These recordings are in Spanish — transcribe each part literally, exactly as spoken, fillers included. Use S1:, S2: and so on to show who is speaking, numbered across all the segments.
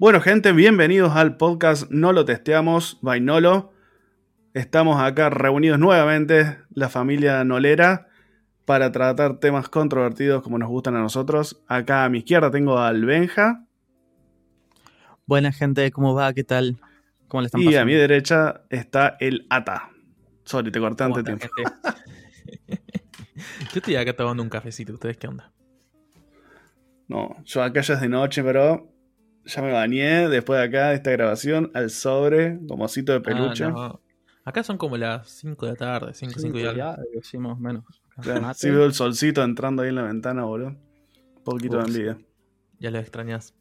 S1: Bueno, gente, bienvenidos al podcast No lo testeamos, by Nolo. Estamos acá reunidos nuevamente, la familia nolera, para tratar temas controvertidos como nos gustan a nosotros. Acá a mi izquierda tengo al Benja.
S2: Buena gente, ¿cómo va? ¿Qué tal? ¿Cómo le están
S1: Y
S2: pasando?
S1: a mi derecha está el Ata. Sorry, te corté
S3: ¿Cómo
S1: antes de
S3: anda,
S1: tiempo.
S3: gente? Yo estoy acá tomando un cafecito. ¿Ustedes qué onda?
S1: No, yo acá ya es de noche, pero ya me bañé después de acá de esta grabación al sobre, como osito de peluche.
S3: Ah, no. Acá son como las cinco de la tarde, cinco, cinco y algo.
S2: Ya, sí, más o menos.
S1: Claro,
S2: Mate.
S1: sí veo el solcito entrando ahí en la ventana, boludo. Un poquito
S3: Uf,
S1: de envidia.
S3: Ya lo extrañas.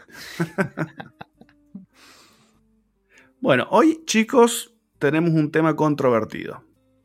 S1: Bueno, hoy, chicos, tenemos un tema controvertido.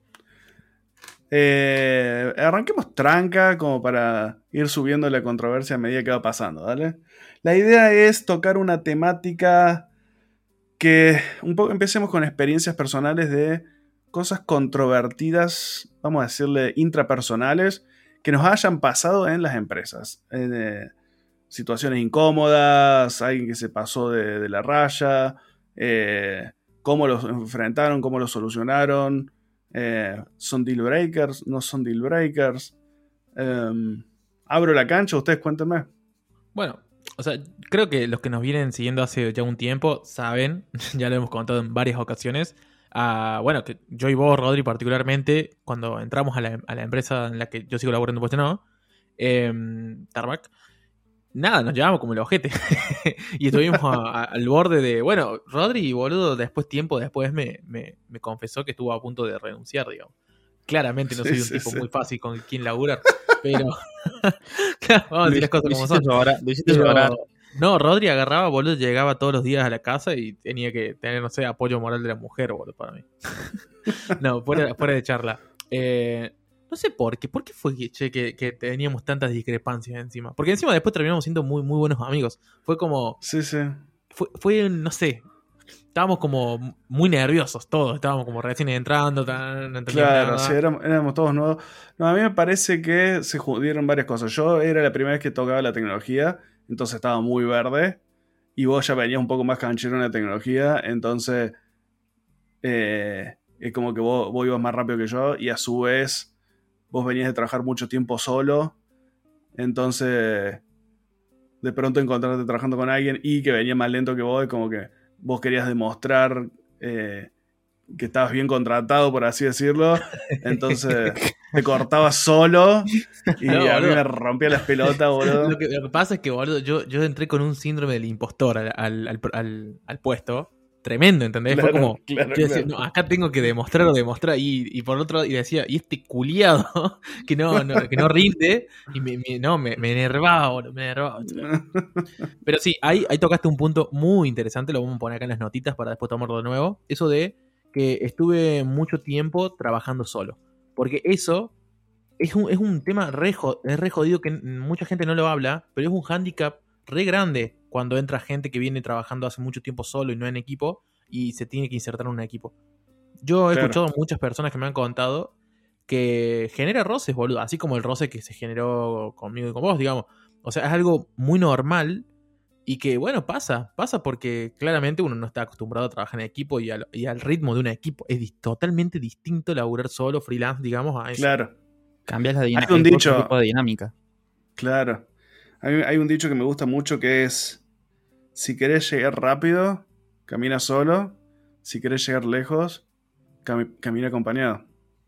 S1: Eh, arranquemos tranca como para ir subiendo la controversia a medida que va pasando, ¿vale? La idea es tocar una temática que un poco empecemos con experiencias personales de cosas controvertidas, vamos a decirle intrapersonales, que nos hayan pasado en las empresas. Eh, situaciones incómodas, alguien que se pasó de, de la raya, eh, cómo los enfrentaron, cómo los solucionaron. Eh, ¿Son deal breakers? ¿No son deal breakers? Eh, abro la cancha, ustedes cuéntenme.
S3: Bueno, o sea, creo que los que nos vienen siguiendo hace ya un tiempo saben, ya lo hemos contado en varias ocasiones, uh, bueno, que yo y vos, Rodri, particularmente, cuando entramos a la, a la empresa en la que yo sigo laburando, pues no, eh, Tarmac, nada, nos llevamos como el ojete. Y estuvimos a, a, al borde de... Bueno, Rodri, boludo, después, tiempo después, me, me, me confesó que estuvo a punto de renunciar, digamos. Claramente no soy
S1: Sí,
S3: un
S1: sí,
S3: tipo
S1: sí.
S3: muy fácil con quien laburar, pero... Claro, vamos a decir las cosas como son.
S2: Llorar, lo hiciste
S3: Pero,
S2: llorar.
S3: no, Rodri agarraba, boludo, llegaba todos los días a la casa y tenía que tener, no sé, apoyo moral de la mujer, boludo, para mí. No, fuera, fuera de charla. Eh... No sé por qué. ¿Por qué fue que, che, que, que teníamos tantas discrepancias encima? Porque encima después terminamos siendo muy, muy buenos amigos. Fue como...
S1: Sí, sí.
S3: Fue, fue, no sé... Estábamos como muy nerviosos todos. Estábamos como recién entrando. Tan, no
S1: Claro,
S3: nada.
S1: sí, éramos, éramos todos nuevos. No, a mí me parece que se jodieron varias cosas. Yo era la primera vez que tocaba la tecnología, entonces estaba muy verde. Y vos ya venías un poco más canchero en la tecnología, entonces... Eh, es como que vos, vos ibas más rápido que yo y a su vez... Vos venías de trabajar mucho tiempo solo, entonces de pronto encontrarte trabajando con alguien y que venía más lento que vos, es como que vos querías demostrar eh, que estabas bien contratado, por así decirlo, entonces te cortabas solo y
S3: No,
S1: a mí
S3: boludo.
S1: me rompía las pelotas, boludo.
S3: Lo que, lo que pasa es que, boludo, yo, yo entré con un síndrome del impostor al, al, al, al, al puesto. Tremendo, ¿entendés?
S1: Claro,
S3: Fue como,
S1: claro,
S3: yo decía,
S1: claro.
S3: no, acá tengo que demostrar o demostrar, y, y por otro lado, y decía, y este culiado que no, no, que no rinde, y me, me, no, me, me enervaba, boludo, me enervaba. Pero sí, ahí, ahí tocaste un punto muy interesante, lo vamos a poner acá en las notitas para después tomarlo de nuevo, eso de que estuve mucho tiempo trabajando solo, porque eso es un, es un tema re, jo- es re jodido que mucha gente no lo habla, pero es un hándicap re grande cuando entra gente que viene trabajando hace mucho tiempo solo y no en equipo y se tiene que insertar en un equipo. Yo he
S1: Claro.
S3: escuchado a muchas personas que me han contado que genera roces, boludo, así como el roce que se generó conmigo y con vos, digamos. O sea, es algo muy normal y que, bueno, pasa, pasa porque claramente uno no está acostumbrado a trabajar en equipo y al, y al ritmo de un equipo. Es dis- totalmente distinto laburar solo, freelance, digamos, a eso.
S1: Claro,
S2: Cambias la dinámica.
S1: Hay un dicho.
S2: Otro tipo de dinámica.
S1: claro. Hay, hay un dicho que me gusta mucho que es: si querés llegar rápido, camina solo. Si querés llegar lejos, cami- camina acompañado.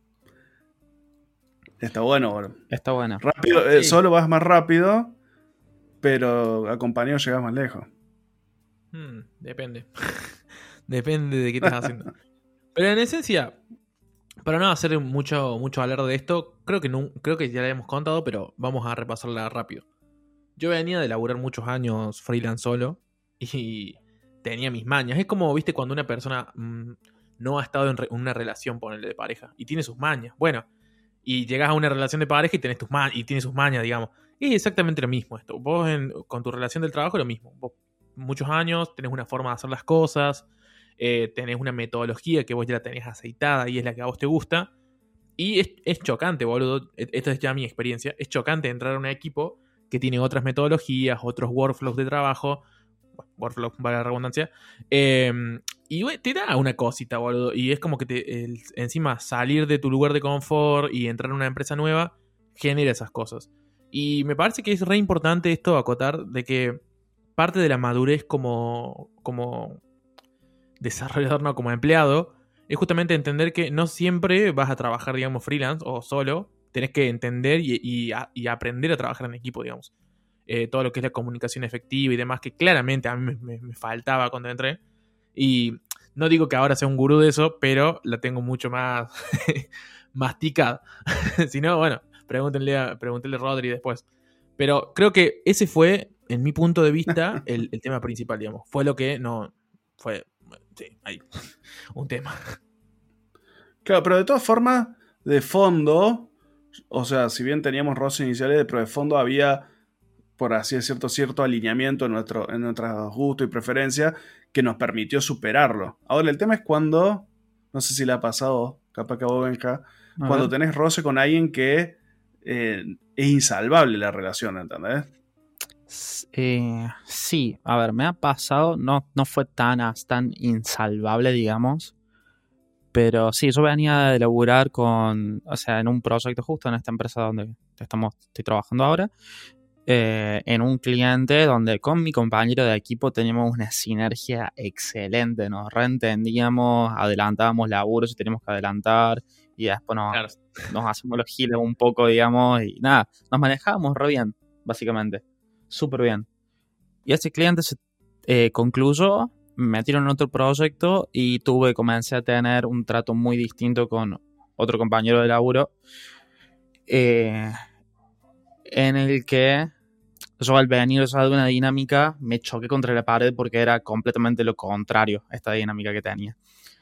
S1: Está bueno, boludo.
S2: Está buena.
S1: Rápido, eh,
S3: Sí.
S1: solo vas más rápido, pero acompañado llegas más lejos.
S3: Hmm, depende. Depende de qué estás haciendo. Pero en esencia, para no hacer mucho, mucho alarde de esto, creo que, no, creo que ya la hemos contado, pero vamos a repasarla rápido. Yo venía de laburar muchos años freelance solo y tenía mis mañas. Es como, viste, cuando una persona mmm, no ha estado en re- una relación, ponele, de pareja y tiene sus mañas. Bueno, y llegas a una relación de pareja y tenés tus ma- y tiene sus mañas, digamos. Es exactamente lo mismo esto. Vos en- con tu relación del trabajo es lo mismo. Vos muchos años tenés una forma de hacer las cosas, eh, tenés una metodología que vos ya la tenés aceitada y es la que a vos te gusta. Y es, es chocante, boludo. Esta es ya mi experiencia. Es chocante entrar a un equipo que tiene otras metodologías, otros workflows de trabajo, bueno, workflow, vale la redundancia. Eh, y bueno, te da una cosita, boludo. Y es como que te, el, encima salir de tu lugar de confort y entrar en una empresa nueva genera esas cosas. Y me parece que es re importante esto acotar de que parte de la madurez como, como desarrollador, no como empleado, es justamente entender que no siempre vas a trabajar, digamos, freelance o solo. Tenés que entender y, y, a, y aprender a trabajar en equipo, digamos. Eh, todo lo que es la comunicación efectiva y demás, que claramente a mí me, me faltaba cuando entré. Y no digo que ahora sea un gurú de eso, pero la tengo mucho más masticada. Si no, bueno, pregúntenle a, pregúntenle a Rodri después. Pero creo que ese fue, en mi punto de vista, el, el tema principal, digamos. Fue lo que no... Fue... Sí, ahí. Un tema.
S1: Claro, pero de todas formas, de fondo, o sea, si bien teníamos roces iniciales, pero de fondo había, por así decirlo, cierto alineamiento en, nuestro, en nuestros gustos y preferencias que nos permitió superarlo. Ahora, el tema es cuando, no sé si le ha pasado, capaz que a vos, Benja,
S2: A
S1: cuando
S2: ver.
S1: tenés roce con alguien que eh, es insalvable la relación, ¿entendés?
S2: S- eh, sí, a ver, me ha pasado, no, no fue tan, as- tan insalvable, digamos, pero sí, yo venía de laburar con, o sea, en un proyecto justo en esta empresa donde estamos, estoy trabajando ahora, eh, en un cliente donde con mi compañero de equipo teníamos una sinergia excelente, nos reentendíamos, adelantábamos laburos si teníamos que adelantar y después nos,
S3: Claro.
S2: nos hacemos los giles un poco, digamos, y nada, nos manejábamos re bien, básicamente, súper bien. Y ese cliente se eh, concluyó, me metieron en otro proyecto y tuve, comencé a tener un trato muy distinto con otro compañero de laburo, eh, en el que yo al venir ya de una dinámica me choqué contra la pared porque era completamente lo contrario a esta dinámica que tenía.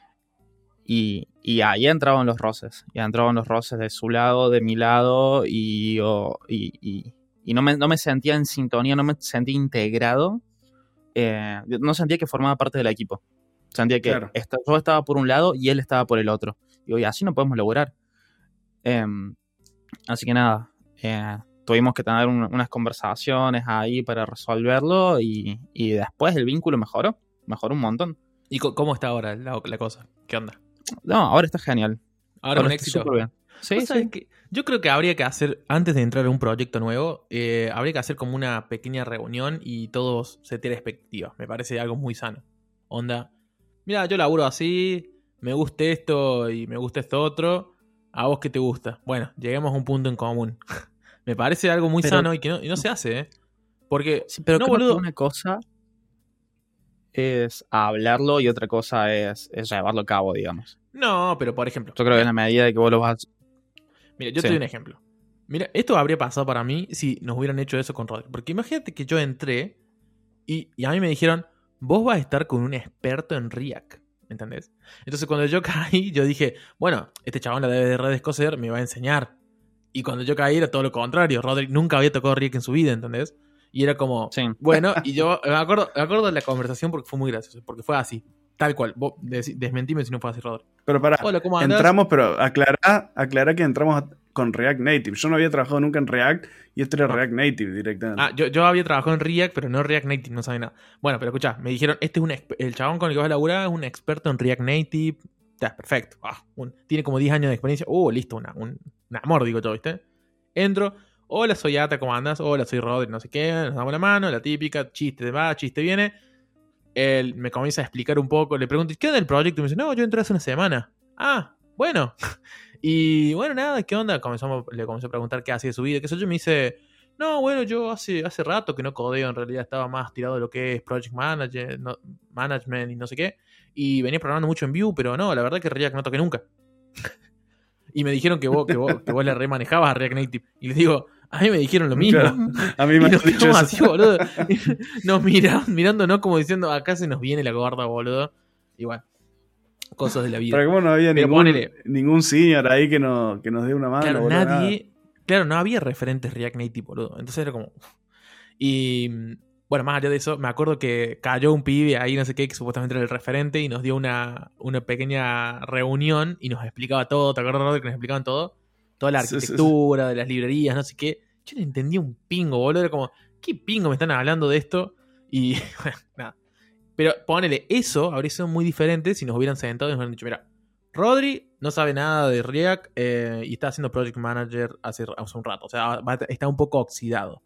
S2: Y, y ahí entraban los roces, y entraban los roces de su lado, de mi lado, y, oh, y, y, y no, me, no me sentía en sintonía, no me sentía integrado, eh, no sentía que formaba parte del equipo. Sentía que
S1: Claro.
S2: esta- yo estaba por un lado y él estaba por el otro. Y oye, así no podemos lograr. Eh, así que nada, eh, tuvimos que tener un- unas conversaciones ahí para resolverlo y, y después el vínculo mejoró, mejoró un montón.
S3: ¿Y co- cómo está ahora la, la cosa? ¿Qué onda?
S2: No, ahora está genial.
S3: Ahora es un
S2: está
S3: éxito.
S2: súper bien. Sí,
S3: ¿Vos sabés
S2: sí.
S3: qué? Yo creo que habría que hacer, antes de entrar en un proyecto nuevo, eh, habría que hacer como una pequeña reunión y todos se tienen expectativas. Me parece algo muy sano. Onda, mira, yo laburo así, me gusta esto y me gusta esto otro. ¿A vos qué te gusta? Bueno, lleguemos a un punto en común. Me parece algo muy
S2: Pero-
S3: sano y que no, y no se hace, ¿eh? Porque,
S2: Sí, pero
S3: no,
S2: creo
S3: boludo.
S2: que una cosa es hablarlo y otra cosa es, es llevarlo a cabo, digamos.
S3: No, pero por ejemplo.
S2: Yo creo que en la medida de que vos lo vas...
S3: Mira, yo
S2: Sí.
S3: te doy un ejemplo. Mira, esto habría pasado para mí si nos hubieran hecho eso con Rodri. Porque imagínate que yo entré y, y a mí me dijeron, vos vas a estar con un experto en React. ¿Entendés? Entonces cuando yo caí, yo dije, bueno, este chabón la debe de redescoser, me va a enseñar. Y cuando yo caí era todo lo contrario. Rodri nunca había tocado React en su vida, ¿entendés? Y era como,
S2: Sí.
S3: bueno, y yo me acuerdo, me acuerdo de la conversación porque fue muy gracioso. Porque fue así, tal cual. Vos des- desmentime si no fue así, Rodri.
S1: Pero pará,
S3: Hola, ¿cómo andás?
S1: entramos, pero aclará, aclará que entramos con React Native. Yo no había trabajado nunca en React y este era
S3: No.
S1: React Native directamente.
S3: Ah, yo, yo había trabajado en React, pero no React Native, no sabía nada. Bueno, pero escuchá, me dijeron, este es un exp- el chabón con el que vas a laburar es un experto en React Native. Ya, perfecto. Ah, un- tiene como diez años de experiencia. Uh, listo, una, un, un amor, digo yo, ¿viste? Entro, hola, soy Ata, ¿cómo andas? Hola, soy Rodri, no sé qué, nos damos la mano, la típica, chiste va, chiste viene. Él me comienza a explicar un poco, le pregunto, ¿qué onda el proyecto? Y me dice, no, yo entré hace una semana. Ah, bueno. Y bueno, nada, ¿qué onda? Comenzamos, le comencé a preguntar qué hacía de su vida, qué sé yo, y me dice, no, bueno, yo hace, hace rato que no codeo, en realidad estaba más tirado de lo que es Project Manager, no- Management y no sé qué, y venía programando mucho en Vue, pero no, la verdad que React no toqué nunca. Y me dijeron que vos, que vos, que vos le remanejabas a React Native. Y les digo, a mí me dijeron lo mismo.
S1: Claro, a mí
S3: Y
S1: me han
S3: nos
S1: dicho
S3: quedamos
S1: eso.
S3: así, boludo. Y nos miraban, mirándonos como diciendo, acá se nos viene la gorda, boludo. Y bueno, cosas de la vida.
S1: Pero como no había
S3: Pero
S1: ningún,
S3: ponele.
S1: ningún senior ahí que, no, que nos dé una mano.
S3: Claro,
S1: boludo,
S3: nadie. Claro, no había referentes React Native, boludo. Entonces era como. Y bueno, más allá de eso, me acuerdo que cayó un pibe ahí, no sé qué, que supuestamente era el referente, y nos dio una, una pequeña reunión y nos explicaba todo. ¿Te acuerdas, Rodri, que nos explicaban todo? Toda la
S1: Sí, sí, sí.
S3: arquitectura, de las librerías, no sé qué. Yo no entendía un pingo, boludo. Era como, ¿qué pingo me están hablando de esto? Y bueno, nada. Pero ponele, eso habría sido muy diferente si nos hubieran sentado y nos hubieran dicho, mira, Rodri no sabe nada de React eh, y está haciendo Project Manager hace, hace un rato. O sea, va, está un poco oxidado.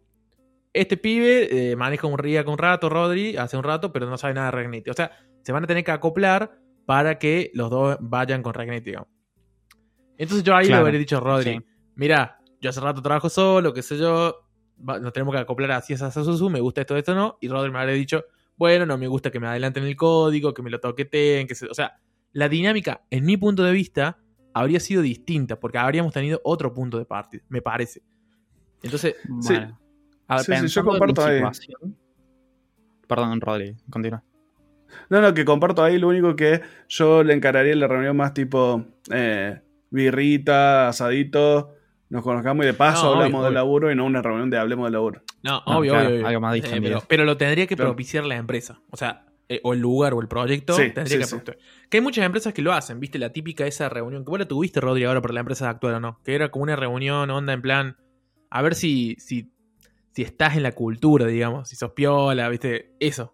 S3: Este pibe eh, maneja un React un rato, Rodri, hace un rato, pero no sabe nada de React Native. O sea, se van a tener que acoplar para que los dos vayan con React Native, digamos. Entonces yo ahí
S2: Claro,
S3: le habría dicho a Rodri,
S2: sí.
S3: mira, yo hace rato trabajo solo, qué sé yo, va, nos tenemos que acoplar así, así, así, así, me gusta esto, esto, no. Y Rodri me habría dicho, bueno, no me gusta que me adelanten el código, que me lo toqueteen, que se... O sea, la dinámica, en mi punto de vista, habría sido distinta, porque habríamos tenido otro punto de partida, me parece. Entonces,
S1: Sí.
S2: Bueno. A ver,
S1: Sí, sí, yo
S2: pensando en mi
S1: comparto ahí.
S2: situación- Perdón, Rodri, continúa.
S1: No, no, que comparto ahí. Lo único que yo le encararía la reunión más tipo eh, birrita, asadito, nos conozcamos y de paso
S3: No, obvio,
S1: hablamos de
S3: obvio.
S1: laburo y no una reunión de hablemos de laburo.
S3: no,
S2: No,
S3: obvio,
S2: claro,
S3: obvio, obvio.
S2: algo más
S3: Eh,
S2: distendido.
S3: pero, pero lo tendría que
S1: Claro.
S3: propiciar la empresa. O sea, eh, o el lugar o el proyecto
S1: Sí,
S3: tendría
S1: sí,
S3: que
S1: sí.
S3: propiciar. Que hay muchas empresas que lo hacen, ¿viste? La típica esa reunión, que vos la tuviste, Rodri, ahora para la empresa actual o no. Que era como una reunión, onda en plan, a ver si, si, si estás en la cultura, digamos, si sos piola, ¿viste? Eso.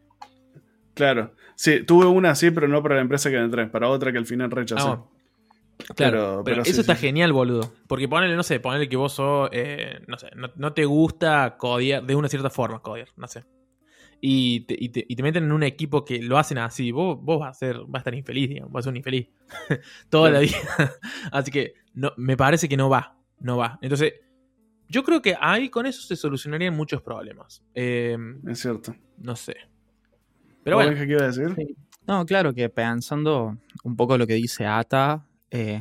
S1: Claro. Sí, tuve una así, pero no para la empresa que entré, para otra que al final rechacé.
S3: Ah, bueno. Claro,
S1: Pero-
S3: pero,
S1: pero
S3: eso
S1: sí,
S3: está
S1: sí.
S3: genial, boludo. Porque ponele, no sé, ponele que vos sos, eh, no sé, no, no te gusta codear de una cierta forma, codear, no sé. Y te, y, te, y te meten en un equipo que lo hacen así, vos, vos vas a ser, vas a estar infeliz, digamos, vas a ser un infeliz. Toda
S1: Claro.
S3: la vida. Así que no, me parece que no va, no va. Entonces, yo creo que ahí con eso se solucionarían muchos problemas. Eh,
S1: Es cierto.
S3: no sé. Pero
S1: ¿Vos,
S3: bueno,
S1: Benja, qué ibas a decir?
S2: Sí. No, claro que pensando un poco lo que dice Ata, eh,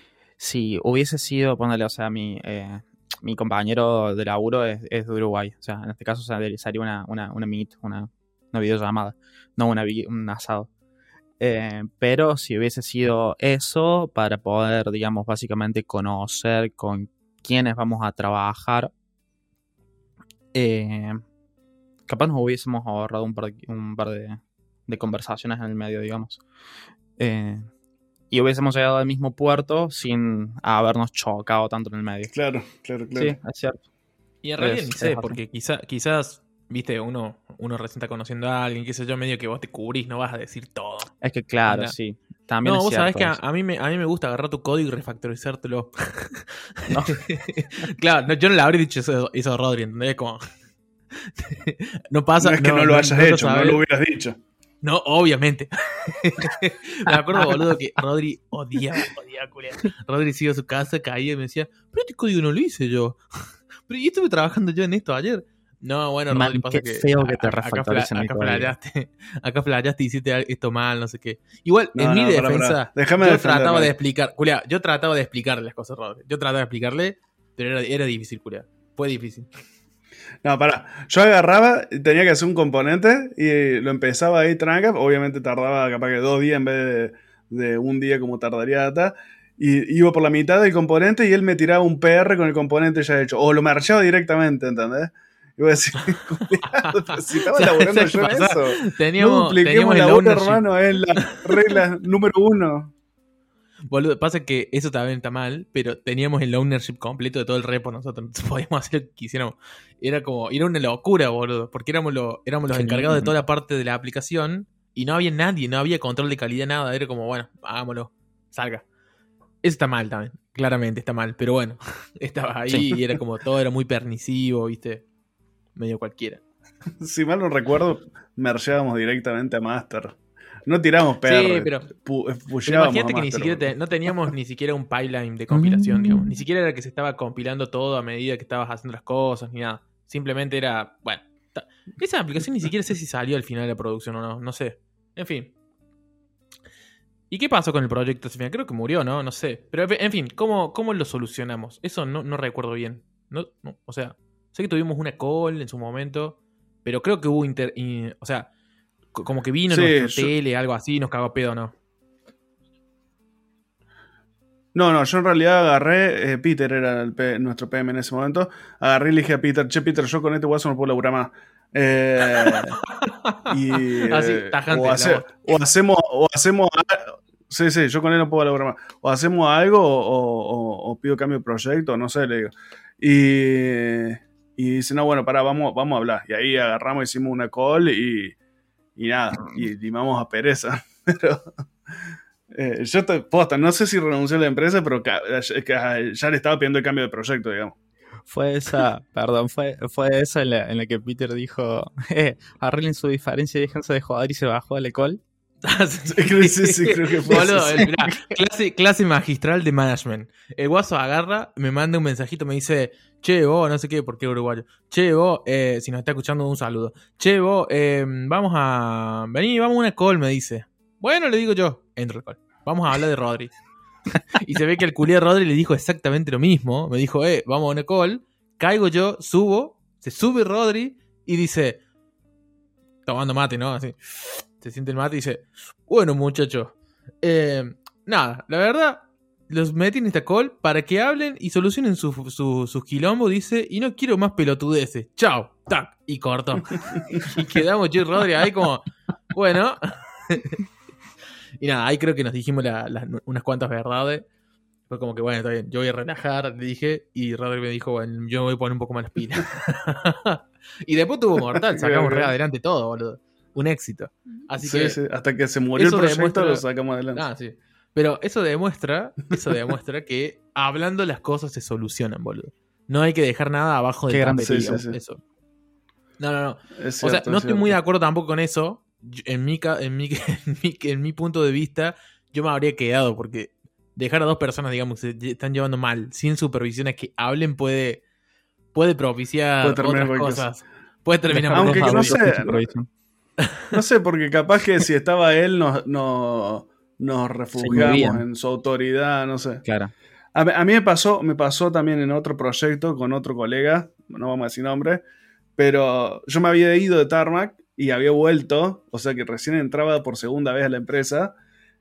S2: si hubiese sido, ponele, o sea, mi, eh, mi compañero de laburo es, es de Uruguay. O sea, en este caso sería sería una, una, una meet, una, una videollamada, no una, vi- un asado. Eh, pero si hubiese sido eso, para poder, digamos, básicamente conocer con quiénes vamos a trabajar, eh, capaz nos hubiésemos ahorrado un par de, un par de, de conversaciones en el medio, digamos. Eh, y hubiésemos llegado al mismo puerto sin habernos chocado tanto en el medio.
S1: Claro, claro, claro.
S2: Sí, es cierto.
S3: y en realidad
S2: es-
S3: ni
S2: es
S3: sé,
S2: así.
S3: porque quizá, quizás, viste, uno, uno recién está conociendo a alguien, qué sé yo, medio que vos te cubrís, no vas a decir todo.
S2: Es que claro,
S3: Onda.
S2: sí. También
S3: No,
S2: es
S3: vos sabés
S2: cierto
S3: que a,
S2: eso.
S3: a mí me, a mí me gusta agarrar tu código y refactorizártelo.
S2: No.
S3: Claro, no, yo no le habría dicho eso, eso a Rodri, ¿entendés? Como... no pasa.
S1: No es que no, lo hayas hecho, no
S3: sabés.
S1: lo hubieras dicho.
S3: No, obviamente. Me acuerdo, boludo, que Rodri odiaba, odiaba, culiao. Rodri se iba a su casa, caía y me decía, pero este código no lo hice yo. Pero yo estuve trabajando yo en esto ayer. No, bueno,
S2: Man,
S3: Rodri, pasa
S2: qué
S3: que
S2: feo que te
S3: a- acá,
S2: refactoricen el
S3: acá
S2: código.
S3: flayaste, acá flayaste y hiciste esto mal, no sé qué. Igual,
S1: No,
S3: en mi
S1: no, pará,
S3: defensa,
S1: pará. Déjame
S3: yo
S1: defenderme.
S3: trataba de explicar, culiao, yo trataba de explicarle las cosas a Rodri. Yo trataba de explicarle, pero era, era difícil, culiao. Fue difícil.
S1: No, pará. Yo agarraba, tenía que hacer un componente y lo empezaba ahí tranca. Obviamente tardaba capaz que dos días en vez de, de un día como tardaría Data. Y iba por la mitad del componente y él me tiraba un P R con el componente ya hecho. O lo marchaba directamente, ¿entendés? Y voy a decir, culiado, pero si estaba
S3: ¿Sabes
S1: laburando
S3: qué
S1: yo en
S3: pasa?
S1: eso. No
S3: Teníamos,
S1: dupliquemos
S3: teníamos el
S1: laburo,
S3: ownership.
S1: hermano, es la regla número uno.
S3: Boludo, pasa que eso también está mal, pero teníamos el ownership completo de todo el repo nosotros, entonces podíamos hacer lo que quisiéramos. Era como, era una locura, boludo, porque éramos, lo, éramos los
S2: Qué
S3: encargados de
S2: lindo.
S3: toda la parte de la aplicación y no había nadie, no había control de calidad, nada, era como, bueno, hagámoslo, salga. Eso está mal también, claramente está mal, pero bueno, estaba ahí
S2: Sí.
S3: y era como, todo era muy permisivo, viste, medio cualquiera.
S1: Si mal no recuerdo, mergeábamos directamente a Master. No tiramos P R.
S3: Sí, pero-
S1: pu-
S3: Pero
S1: pusheábamos
S3: imagínate
S1: a
S3: que ni
S1: Master,
S3: siquiera te-
S1: boludo.
S3: no teníamos ni siquiera un pipeline de compilación,
S2: Mm.
S3: digamos. Ni siquiera era que se estaba compilando todo a medida que estabas haciendo las cosas, ni nada. Simplemente era, bueno, ta- esa aplicación ni siquiera sé si salió al final de la producción o no, no sé. En fin. ¿Y qué pasó con el proyecto al final? Creo que murió, ¿no? No sé. Pero en fin, ¿cómo, cómo lo solucionamos? Eso no, no recuerdo bien. No, no, o sea, sé que tuvimos una call en su momento, pero creo que hubo inter... in- o sea, co- como que vino
S1: Sí,
S3: nuestro
S1: yo-
S3: tele, algo así, y nos cagó a pedo, ¿no?
S1: No, no, yo en realidad agarré, eh, Peter era el P- nuestro P M en ese momento, agarré y le dije a Peter, che Peter, yo con este guaso no puedo laburar más. Eh, y,
S3: Así,
S1: eh,
S3: tajante,
S1: o,
S3: la
S1: hace-
S3: voz.
S1: o hacemos, o hacemos, a- sí, sí, yo con él no puedo laburar más. O hacemos algo o, o- o pido cambio de proyecto, no sé, le digo. Y, Y dice, no, bueno, pará, vamos, vamos a hablar. Y ahí agarramos, hicimos una call y, y nada, y limamos a pereza. Pero eh, yo te, posta, no sé si renuncié a la empresa, pero ca, ca, ya le estaba pidiendo el cambio de proyecto, digamos.
S2: Fue esa, perdón, fue, fue esa en la, en la que Peter dijo, eh, arreglen su diferencia, déjense de joder y se bajó al call.
S1: sí, sí, sí, creo que fue
S3: Boludo,
S1: eso,
S3: el- mirá, clase, clase magistral de management. El guaso agarra, me manda un mensajito, me dice, che, vos, no sé qué, porque uruguayo. Che, vos, eh, si nos está escuchando, un saludo. Che, vos, eh, vamos a... Vení, vamos a una call, me dice. Bueno, le digo yo, entro al call. Vamos a hablar de Rodri. Y se ve que el culé de Rodri le dijo exactamente lo mismo. Me dijo, eh, vamos a una call. Caigo yo, subo, se sube Rodri y dice, tomando mate, ¿no? Así. Se siente el mate y dice, bueno, muchachos, eh, nada, la verdad, los metí en esta call para que hablen y solucionen sus su, sus quilombos, dice, y no quiero más pelotudeces. Chao, tac, y cortó. Y quedamos yo y Rodri ahí como, bueno. Y nada, ahí creo que nos dijimos la, la, unas cuantas verdades. Fue como que, bueno, está bien, yo voy a relajar, le dije, y Rodri me dijo, bueno, yo me voy a poner un poco más las pilas. Y después tuvo mortal, sacamos re adelante todo, boludo. Un éxito. Así
S1: sí,
S3: que
S1: sí, hasta que se murió el
S3: eso
S1: proyecto
S3: demuestra-
S1: lo sacamos adelante.
S3: Ah, sí. Pero eso demuestra, eso demuestra que hablando las cosas se solucionan, boludo. No hay que dejar nada abajo del
S2: Qué grande.
S3: tapete,
S1: Sí, sí,
S3: digamos,
S1: sí.
S3: eso. No, no, no.
S1: Es
S3: O sea,
S1: cierto,
S3: no
S1: es
S3: estoy muy de
S1: cierto.
S3: acuerdo tampoco con eso. Yo- En mi, ca- en mi, en mi, en mi punto de vista, yo me habría quedado porque dejar a dos personas, digamos, que se están llevando mal, sin supervisiones que hablen, puede, puede propiciar
S1: Puede terminar
S3: otras
S1: cualquier
S3: cosas. Puede terminar
S1: Aunque
S3: con
S1: que no
S3: cosas,
S1: sé,
S3: boludo.
S1: No sé, porque capaz que si estaba él nos, nos, nos refugiamos
S2: inhibían.
S1: en su autoridad, no sé.
S2: Claro.
S1: A, a mí me pasó, me pasó también en otro proyecto con otro colega, no vamos a decir nombre, pero yo me había ido de Tarmac y había vuelto, o sea que recién entraba por segunda vez a la empresa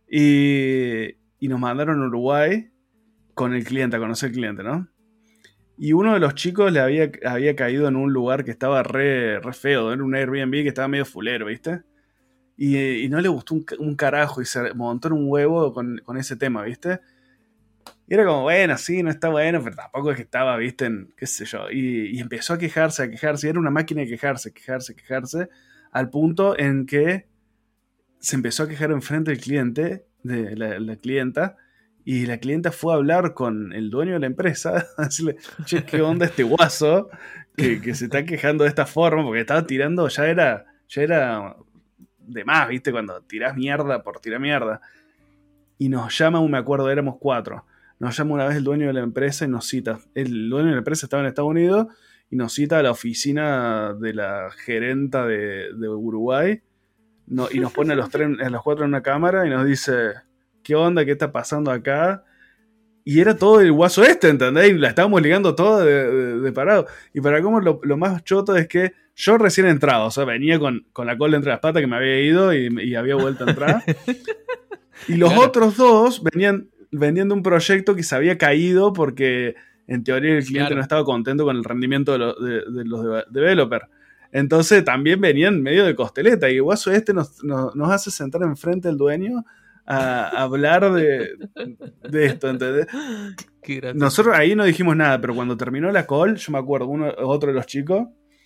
S1: y, y nos mandaron a Uruguay con el cliente, a conocer al cliente, ¿no? Y uno de los chicos le había, había caído en un lugar que estaba re, re feo, era un Airbnb que estaba medio fulero, ¿viste? Y, y no le gustó un, un carajo y se montó en un huevo con, con ese tema, ¿viste? Y era como, bueno, sí, no está bueno, pero tampoco es que estaba, ¿viste? En, qué sé yo. Y, y empezó a quejarse, a quejarse. Y era una máquina de quejarse, quejarse, quejarse, al punto en que se empezó a quejar enfrente del cliente, de la, la clienta, y la clienta fue a hablar con el dueño de la empresa, a decirle, che, ¿qué onda este guaso que, que se está quejando de esta forma? Porque estaba tirando, ya era, ya era de más, ¿viste? Cuando tirás mierda por tirar mierda. Y nos llama, me acuerdo, éramos cuatro. Nos llama una vez el dueño de la empresa y nos cita. El dueño de la empresa estaba en Estados Unidos y nos cita a la oficina de la gerenta de, de Uruguay. No, y nos pone a los, tres, a los cuatro en una cámara y nos dice, ¿qué onda? ¿Qué está pasando acá? Y era todo el guaso este, ¿entendés? Y la estábamos ligando todo de, de, de parado. Y para cómo lo, lo más choto es que yo recién entrado, o sea, venía con, con la cola entre las patas que me había ido y, y había vuelto a entrar. Y los
S3: Claro.
S1: otros dos venían vendiendo un proyecto que se había caído porque en teoría el cliente
S3: Claro.
S1: no estaba contento con el rendimiento de, lo, de, de los de- developers. Entonces también venían medio de costeleta y el guaso este nos, nos, nos hace sentar enfrente del dueño a, a hablar de, de esto, ¿entendés?
S3: Qué gracioso.
S1: Nosotros ahí no dijimos nada, pero cuando terminó la call, yo me acuerdo, uno, otro de los chicos,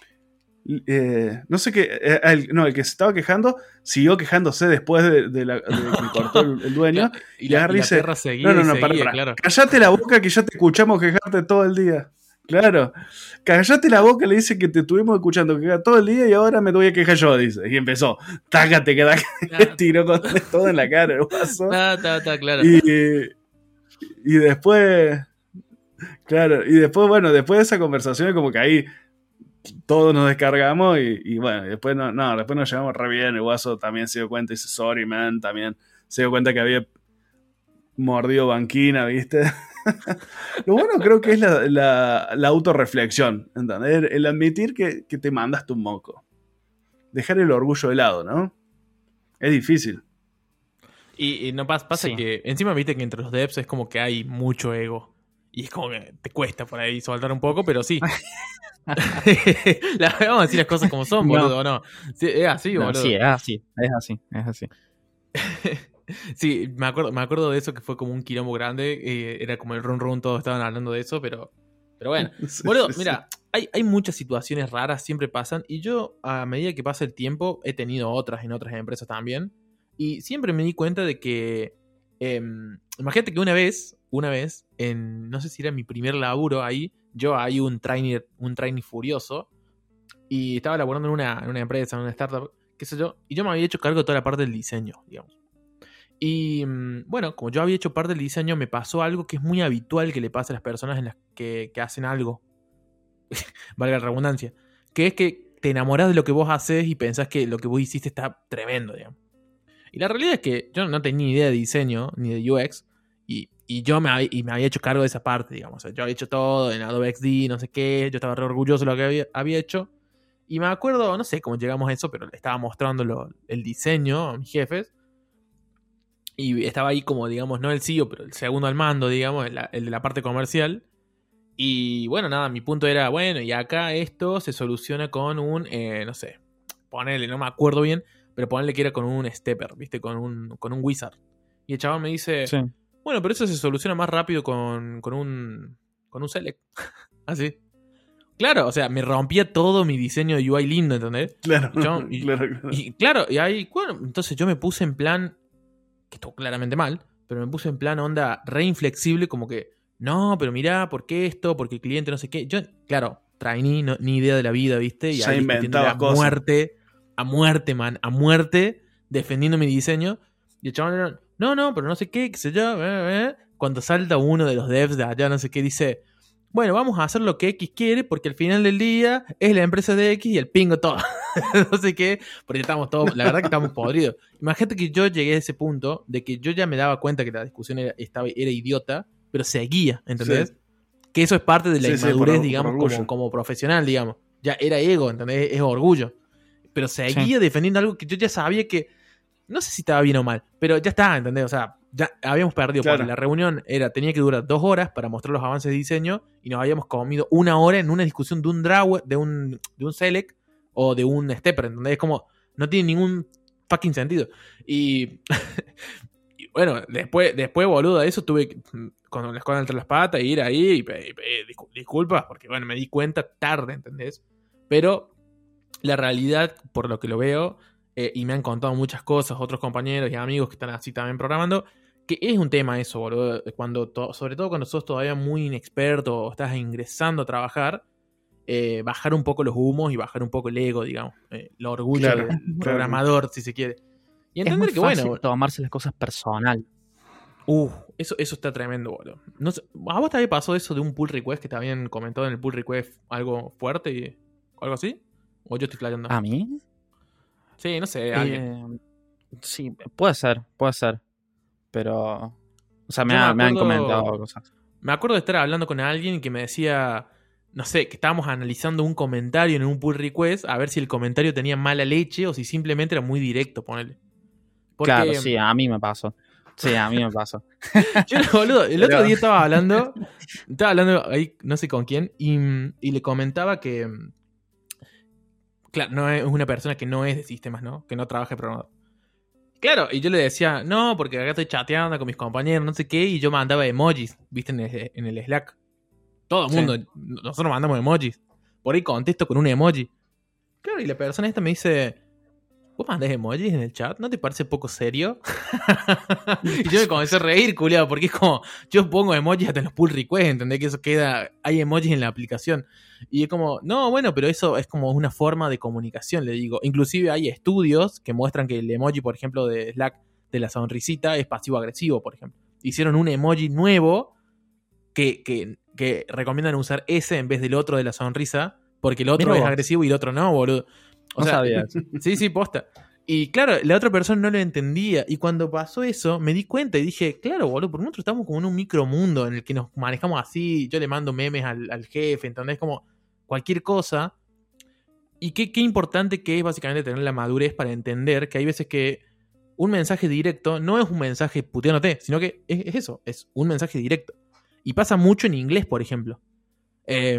S1: eh, no sé qué, eh, el, no, el que se estaba quejando, siguió quejándose después de, de, la, de que cortó el, el dueño.
S3: Claro,
S1: y
S3: y la,
S1: agarra y
S3: y la
S1: dice,
S3: perra seguía
S1: No, no,
S3: y
S1: no,
S3: seguía,
S1: para, para.
S3: claro.
S1: Callate la boca que ya te escuchamos quejarte todo el día. Claro, callate la boca, le dice que te estuvimos escuchando quejar todo el día y ahora me voy a quejar yo, dice. Y empezó, tácate, que
S3: Ah,
S1: tiró con todo en la cara el guaso.
S3: Está, está, está, claro.
S1: Y, y después, claro, y después, bueno, después de esa conversación, como que ahí todos nos descargamos y, y bueno, después no, no, después nos llevamos re bien. El guaso también se dio cuenta y dice, sorry, man, también se dio cuenta que había mordido banquina, ¿viste? Lo bueno creo que es la, la, la autorreflexión, ¿entendés? El, el admitir que, que te mandaste un moco. Dejar el orgullo de lado, ¿no? Es difícil.
S3: Y, y no pasa, pasa
S2: Sí.
S3: que encima viste que entre los devs es como que hay mucho ego. Y es como que te cuesta por ahí soltar un poco, pero sí. La, vamos a decir las cosas como son,
S2: No.
S3: boludo, ¿o no? Sí, es así,
S2: No,
S3: boludo.
S2: sí, es así, es así, es así.
S3: Sí, me acuerdo, me acuerdo de eso que fue como un quilombo grande. eh, era como el run run, todos estaban hablando de eso, pero. Pero bueno.
S1: Sí,
S3: Boludo,
S1: sí, sí.
S3: mira, hay, hay muchas situaciones raras, siempre pasan, y yo a medida que pasa el tiempo he tenido otras en otras empresas también, y siempre me di cuenta de que, eh, imagínate que una vez, una vez, en, no sé si era mi primer laburo ahí, yo hay un trainer, un trainee furioso, y estaba laburando en una, en una empresa, en una startup, qué sé yo, y yo me había hecho cargo de toda la parte del diseño, digamos. Y bueno, como yo había hecho parte del diseño, me pasó algo que es muy habitual que le pasa a las personas en las que, que hacen algo, valga la redundancia, que es que te enamorás de lo que vos haces y pensás que lo que vos hiciste está tremendo, digamos. Y la realidad es que yo no tenía ni idea de diseño ni de U X, y, y yo me, había, y me había hecho cargo de esa parte, digamos. O sea, yo había hecho todo en Adobe X D, no sé qué, yo estaba re orgulloso de lo que había, había hecho. Y me acuerdo, no sé cómo llegamos a eso, pero le estaba mostrando lo, el diseño a mis jefes. Y estaba ahí como, digamos, no el C E O, pero el segundo al mando, digamos, el, el de la parte comercial. Y bueno, nada, mi punto era, bueno, y acá esto se soluciona con un, eh, no sé, ponele, no me acuerdo bien, pero ponele que era con un stepper, ¿viste? Con un, con un wizard. Y el chaval me dice, sí. Bueno, pero eso se soluciona más rápido con, con un con un select. Así. Claro, o sea, me rompía todo mi diseño de U I lindo, ¿entendés?
S1: Claro,
S3: y yo, y, claro, claro. Y claro, y ahí, bueno, entonces yo me puse en plan, que estuvo claramente mal, pero me puse en plan onda re inflexible, como que, no, pero mirá, ¿por qué esto? Porque el cliente no sé qué. Yo, claro, trainee, no, ni idea de la vida, ¿viste? Y
S1: ya
S3: ahí
S1: inventaba
S3: a
S1: cosas.
S3: muerte, a muerte, man, a muerte, defendiendo mi diseño. Y el chaval, no, no, pero no sé qué, qué sé yo, eh, eh. Cuando salta uno de los devs de allá, no sé qué, dice, bueno, vamos a hacer lo que X quiere, porque al final del día es la empresa de X y el pingo todo. No sé qué, porque estamos todos, la verdad que estamos podridos. Imagínate que yo llegué a ese punto de que yo ya me daba cuenta que la discusión era, estaba, era idiota, pero seguía, ¿entendés? Sí. Que eso es parte de la sí, inmadurez, sí, por, digamos, por como, como profesional, digamos. Ya era ego, ¿entendés? Es orgullo. Pero seguía sí. defendiendo algo que yo ya sabía que, no sé si estaba bien o mal, pero ya está, ¿entendés? O sea, ya habíamos perdido, claro. Porque la reunión era, tenía que durar dos horas para mostrar los avances de diseño y nos habíamos comido una hora en una discusión de un draw, de un, de un select o de un stepper, ¿entendés? Es como, no tiene ningún fucking sentido. Y, y bueno, después, después, boludo, de eso tuve con la escuela entre las patas, ir ahí y pedir disculpas, porque bueno, me di cuenta tarde, ¿entendés? Pero la realidad, por lo que lo veo, eh, y me han contado muchas cosas, otros compañeros y amigos que están así también programando, que es un tema eso, boludo, cuando to- sobre todo cuando sos todavía muy inexperto o estás ingresando a trabajar, eh, bajar un poco los humos y bajar un poco el ego, digamos, eh, el orgullo
S1: claro,
S3: del
S1: claro.
S3: programador, si se quiere. Y entender
S2: es muy
S3: que,
S2: fácil
S3: bueno,
S2: tomarse las cosas personal.
S3: Uh, eso, eso está tremendo, boludo. No sé, ¿a vos te había pasado eso de un pull request que te habían comentado en el pull request algo fuerte y algo así? ¿O yo estoy flayando?
S2: ¿A mí?
S3: Sí, no sé, alguien.
S2: Eh, sí, puede ser, puede ser. Pero, o sea, me,
S3: Yo
S2: ha-
S3: me
S2: me han
S3: acuerdo-
S2: comentado cosas.
S3: Me acuerdo de estar hablando con alguien que me decía, no sé, que estábamos analizando un comentario en un pull request a ver si el comentario tenía mala leche o si simplemente era muy directo, ponele. Porque,
S2: Claro, sí, a mí me pasó. Sí, a mí me pasó.
S3: Yo, boludo, el
S2: Pero-
S3: otro día estaba hablando, estaba hablando ahí, no sé con quién, y, y le comentaba que, claro, no es una persona que no es de sistemas, ¿no? Que no trabaja de programador. Claro, y yo le decía, no, porque acá estoy chateando con mis compañeros, no sé qué, y yo mandaba emojis, viste, en el, en el Slack. Todo el
S2: Sí.
S3: mundo, nosotros mandamos emojis. Por ahí contesto con un emoji. Claro, y la persona esta me dice, ¿vos mandás emojis en el chat? ¿No te parece poco serio? Y yo me comencé a reír, culiado, porque es como, yo pongo emojis hasta en los pull requests, ¿entendés? Que eso queda, hay emojis en la aplicación. Y es como, no, bueno, pero eso es como una forma de comunicación, le digo. Inclusive hay estudios que muestran que el emoji, por ejemplo, de Slack, de la sonrisita, es pasivo-agresivo, por ejemplo. Hicieron un emoji nuevo que, que, que recomiendan usar ese en vez del otro de la sonrisa, porque el otro
S2: Mirá
S3: es
S2: vos.
S3: agresivo y el otro no, boludo. O
S2: No
S3: sea,
S2: sabía eso.
S3: sí, sí, posta. Y claro, la otra persona no lo entendía. Y cuando pasó eso, me di cuenta y dije, claro, boludo, por nosotros estamos como en un micromundo en el que nos manejamos así. Yo le mando memes al, al jefe, ¿entendés? Como cualquier cosa. Y qué, qué importante que es básicamente tener la madurez para entender que hay veces que un mensaje directo no es un mensaje puteándote, sino que es, es eso, es un mensaje directo. Y pasa mucho en inglés, por ejemplo. Eh,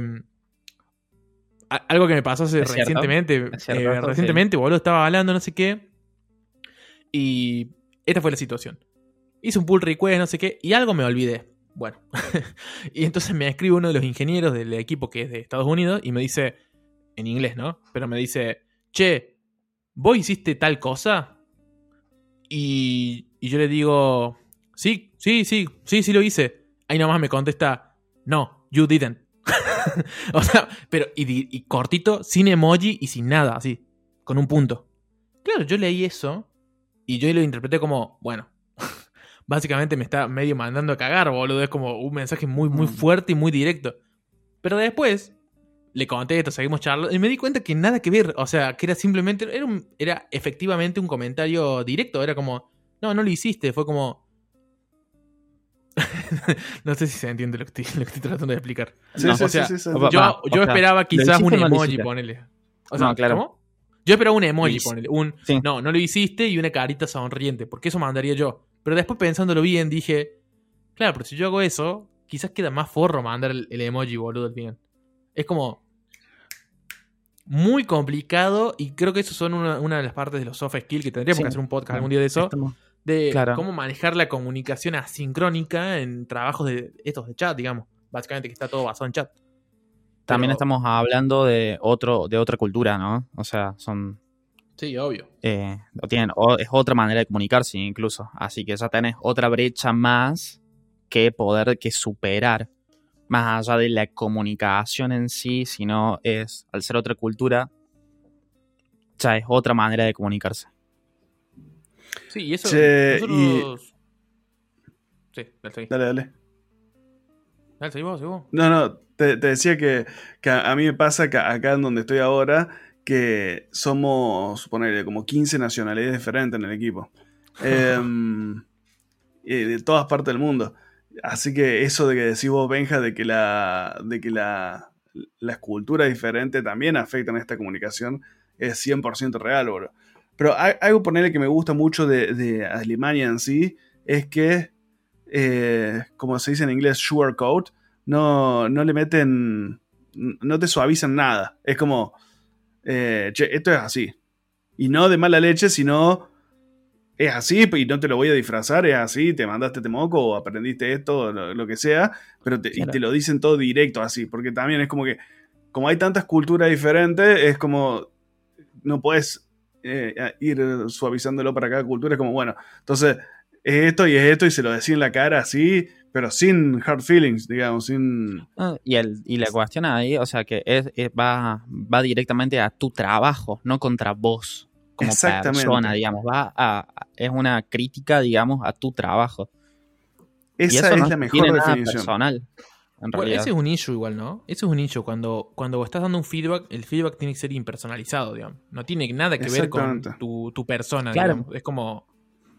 S3: a- algo que me pasó hace
S2: Es cierto,
S3: recientemente.
S2: es cierto,
S3: eh,
S2: esto
S3: recientemente, boludo, estaba hablando, no sé qué. Y esta fue la situación. Hice un pull request, no sé qué, y algo me olvidé. Bueno. Y entonces me escribe uno de los ingenieros del equipo que es de Estados Unidos y me dice, en inglés, ¿no? Pero me dice, che, ¿vos hiciste tal cosa? Y, y yo le digo, sí, sí, sí, sí, sí lo hice. Ahí nomás me contesta, no, you didn't. O sea, pero y, y cortito, sin emoji y sin nada, así, con un punto. Claro, yo leí eso y yo lo interpreté como, bueno, básicamente me está medio mandando a cagar, boludo. Es como un mensaje muy, muy fuerte y muy directo. Pero después le contesto, seguimos charlando y me di cuenta que nada que ver. O sea, que era simplemente, era, un, era efectivamente un comentario directo. Era como, no, no lo hiciste. Fue como... No sé si se entiende lo que estoy, lo que estoy tratando de explicar.
S1: Sí,
S3: No,
S1: sí,
S3: o sea,
S1: sí, sí, sí.
S3: yo,
S2: Va,
S3: yo
S2: o sea,
S3: esperaba
S2: ¿lo
S3: quizás
S2: hiciste
S3: un
S2: o no lo
S3: emoji,
S2: hiciste?
S3: ponele. O sea,
S2: No, claro.
S3: ¿cómo? Yo esperaba un emoji,
S2: Lo hice.
S3: ponele. Un,
S2: Sí.
S3: no, no lo hiciste y una carita sonriente. Porque eso mandaría yo. Pero después pensándolo bien dije, claro, pero si yo hago eso, quizás queda más forro mandar el, el emoji, boludo, al final. Es como muy complicado y creo que eso son una, una de las partes de los soft skills que tendríamos
S2: Sí.
S3: que hacer un podcast algún día de eso.
S2: Estamos-
S3: De
S2: Claro.
S3: cómo manejar la comunicación asincrónica en trabajos de estos de chat, digamos. Básicamente que está todo basado en chat.
S2: También
S3: Pero-
S2: estamos hablando de otro, de otra cultura, ¿no? O sea, son
S3: Sí, obvio.
S2: eh, o tienen, o es otra manera de comunicarse incluso. Así que ya tenés otra brecha más que poder que superar. Más allá de la comunicación en sí, sino es, al ser otra cultura, ya es otra manera de comunicarse.
S3: Sí, y eso.
S1: Che,
S3: nosotros... Sí, dale, seguí.
S1: Dale, dale.
S3: Dale, seguí vos, seguí vos.
S1: No, no, te, te decía que, que a a mí me pasa que acá en donde estoy ahora, que somos, ponerle, como quince nacionalidades diferentes en el equipo. Em, y de todas partes del mundo. Así que eso de que decís vos, Benja, de que la, de que la, las culturas diferentes también afectan esta comunicación, es cien por ciento real, bro. Pero hay, algo, ponerle, que me gusta mucho de, de Alemania en sí, es que, eh, como se dice en inglés, sugarcoat, no, no le meten, no te suavizan nada. Es como, eh, che, esto es así. Y no de mala leche, sino es así y no te lo voy a disfrazar, es así, te mandaste este moco o aprendiste esto, lo, lo que sea, pero te,
S2: Claro.
S1: y te lo dicen todo directo así, porque también es como que, como hay tantas culturas diferentes, es como, no puedes eh, ir suavizándolo para cada cultura, es como, bueno, entonces es esto y es esto y se lo decís en la cara así, pero sin hard feelings, digamos, sin...
S2: Ah, y, el, y la cuestión ahí, o sea, que es, es- va, va directamente a tu trabajo, no contra vos como
S1: Exactamente.
S2: persona, digamos. Va a, a- es una crítica, digamos, a tu trabajo. y
S1: Esa
S2: eso
S1: es
S2: no
S1: la mejor
S2: tiene nada
S1: definición.
S2: personal, en
S3: Bueno,
S2: realidad.
S3: ese es un issue igual, ¿no? Ese es un issue. Cuando, cuando estás dando un feedback, el feedback tiene que ser impersonalizado, digamos. No tiene nada que ver con
S1: Exactamente.
S3: tu, tu persona,
S2: Claro.
S3: digamos. Es como...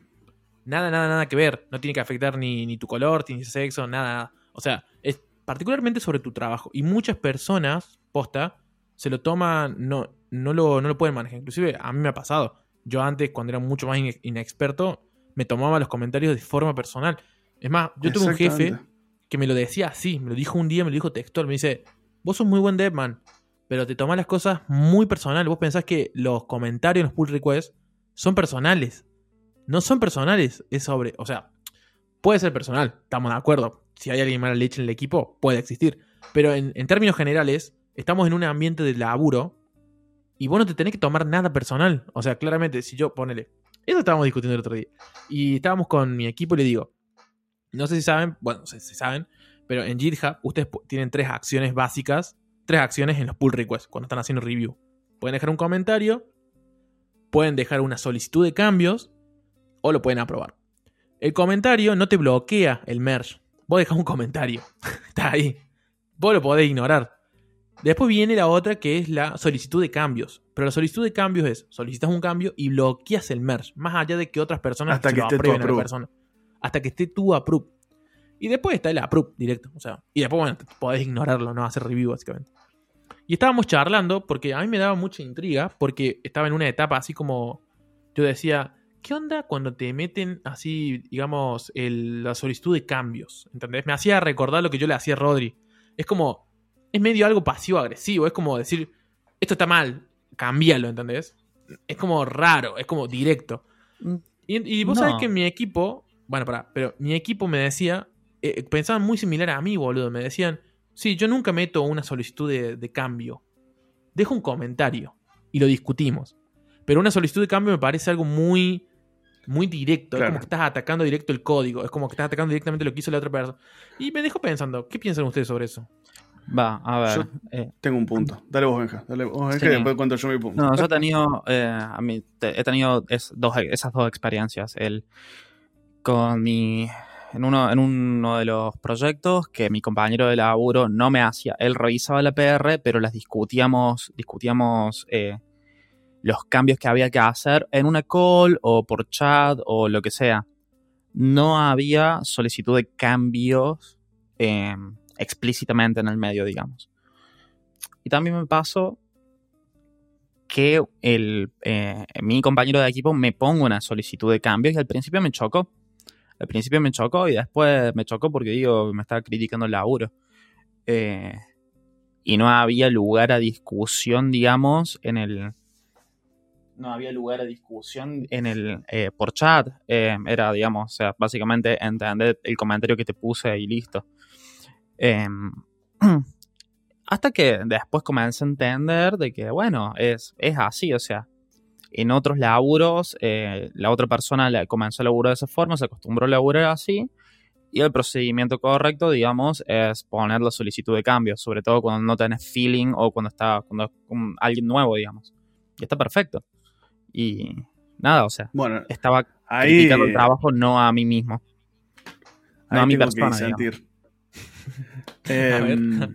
S3: Nada, nada, nada que ver. No tiene que afectar ni, ni tu color, ni tu sexo, nada, nada. O sea, es particularmente sobre tu trabajo. Y muchas personas, posta, se lo toman, no, no, lo, no lo pueden manejar. Inclusive a mí me ha pasado. Yo antes, cuando era mucho más ine- inexperto, me tomaba los comentarios de forma personal. Es más, yo tuve un jefe
S1: Exactamente.
S3: que me lo decía así, me lo dijo un día, me lo dijo textual, me dice, vos sos muy buen dev, man, pero te tomás las cosas muy personal. Vos pensás que los comentarios en los pull requests son personales. No son personales, es sobre, o sea, puede ser personal, estamos de acuerdo. Si hay alguien mala leche en el equipo, puede existir. Pero en, en términos generales, estamos en un ambiente de laburo y vos no te tenés que tomar nada personal. O sea, claramente, si yo, ponele, eso estábamos discutiendo el otro día. Y estábamos con mi equipo y le digo, no sé si saben, bueno, no sé si saben, pero en GitHub ustedes pu- tienen tres acciones básicas, tres acciones en los pull requests cuando están haciendo review. Pueden dejar un comentario, pueden dejar una solicitud de cambios o lo pueden aprobar. El comentario no te bloquea el merge. Vos dejás un comentario, está ahí. Vos lo podés ignorar. Después viene la otra que es la solicitud de cambios. Pero la solicitud de cambios es, solicitas un cambio y bloqueas el merge, más allá de que otras personas
S1: Hasta
S3: se
S1: que
S3: lo
S1: esté tu
S3: aprueben a la
S1: approve.
S3: persona. Hasta que esté tu approve. Y después está el approve directo. O sea, y después, bueno, podés ignorarlo, no hacer review básicamente. Y estábamos charlando porque a mí me daba mucha intriga porque estaba en una etapa así como yo decía, ¿qué onda cuando te meten así, digamos, el- la solicitud de cambios? ¿Entendés? Me hacía recordar lo que yo le hacía a Rodri. Es como, es medio algo pasivo-agresivo, es como decir, esto está mal, cámbialo, ¿entendés? Es como raro, es como directo. Y, y vos
S2: No.
S3: sabés que mi equipo, bueno, pará, pero mi equipo me decía, eh, pensaban muy similar a mí, boludo. Me decían, sí, yo nunca meto una solicitud de, de cambio. Dejo un comentario y lo discutimos. Pero una solicitud de cambio me parece algo muy, muy directo. Claro. Es como que estás atacando directo el código. Es como que estás atacando directamente lo que hizo la otra persona. Y me dejó pensando, ¿qué piensan ustedes sobre eso?
S2: Va, a ver.
S1: Yo eh. tengo un punto. Dale vos, Benja. Dale vos, Benja, sí. Y después cuento yo mi punto.
S2: No, yo he tenido, eh, a mí, te, he tenido es, dos, esas dos experiencias. El, con mi... En uno, en uno de los proyectos que mi compañero de laburo no me hacía, él revisaba la P R, pero las discutíamos, discutíamos eh, los cambios que había que hacer en una call o por chat o lo que sea. No había solicitud de cambios eh, explícitamente en el medio, digamos. Y también me pasó que el, eh, mi compañero de equipo me ponga una solicitud de cambios y al principio me chocó. Al principio me chocó y después me chocó porque, digo, me estaba criticando el laburo. Eh, y no había lugar a discusión, digamos, en el... No había lugar a discusión en el eh, por chat. Eh, era, digamos, o sea, básicamente entender el comentario que te puse y listo. Eh, hasta que después comencé a entender de que, bueno, es, es así, o sea... En otros laburos, eh, la otra persona comenzó a laburar de esa forma, se acostumbró a laburar así, y el procedimiento correcto, digamos, es poner la solicitud de cambio, sobre todo cuando no tenés feeling o cuando está cuando es un, alguien nuevo, digamos. Y está perfecto. Y nada, o sea,
S1: bueno,
S2: estaba
S1: ahí,
S2: criticando el trabajo no a mí mismo, no a mi persona.
S1: Que eh,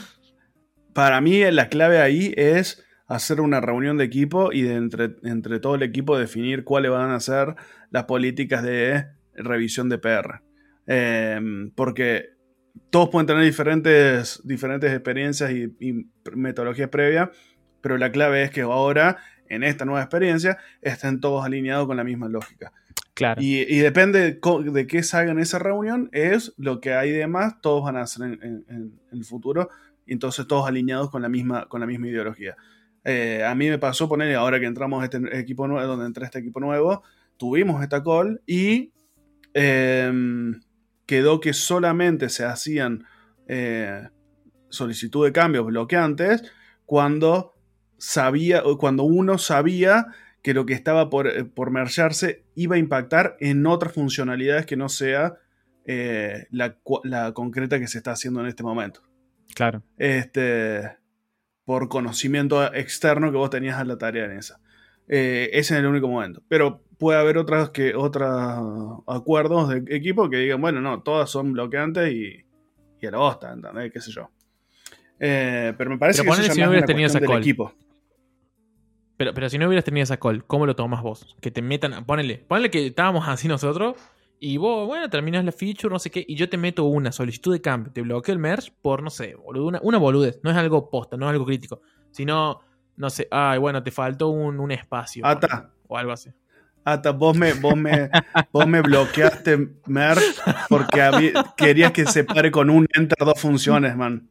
S1: para mí la clave ahí es hacer una reunión de equipo y de entre, entre todo el equipo definir cuáles van a ser las políticas de revisión de P R. Eh, porque todos pueden tener diferentes, diferentes experiencias y, y metodologías previas, pero la clave es que ahora, en esta nueva experiencia, estén todos alineados con la misma lógica.
S2: Claro.
S1: Y, y depende de, de qué salga en esa reunión, es lo que hay de más, todos van a hacer en, en, en el futuro, y entonces todos alineados con la misma, con la misma ideología. Eh, a mí me pasó poner, ahora que entramos a este equipo nuevo, donde entré a este equipo nuevo, tuvimos esta call y eh, quedó que solamente se hacían eh, solicitud de cambios bloqueantes cuando sabía, cuando uno sabía que lo que estaba por, por mergearse iba a impactar en otras funcionalidades que no sea eh, la, la concreta que se está haciendo en este momento.
S2: Claro.
S1: Este... por conocimiento externo que vos tenías a la tarea en esa. Eh, ese es el único momento. Pero puede haber otras que otros acuerdos de equipo que digan, bueno, no, todas son bloqueantes y, y a la bosta, ¿entendés? Qué sé yo. Eh, pero me parece
S3: pero
S1: que eso
S3: si
S1: ya
S3: no
S1: más
S3: hubieras
S1: una cuestión
S3: tenido
S1: del
S3: esa
S1: equipo.
S3: Pero, pero si no hubieras tenido esa call, ¿cómo lo tomas vos? Que te metan, ponele, ponele que estábamos así nosotros y vos, bueno, terminás la feature, no sé qué, y yo te meto una solicitud de cambio, te bloqueo el merge por, no sé, boludo, una, una boludez, no es algo posta, no es algo crítico, sino, no sé, ay, bueno, te faltó un, un espacio.
S1: Ata.
S3: O algo así.
S1: Ata, vos me, vos me, vos me bloqueaste merge porque había, querías que separe con un enter dos funciones, man.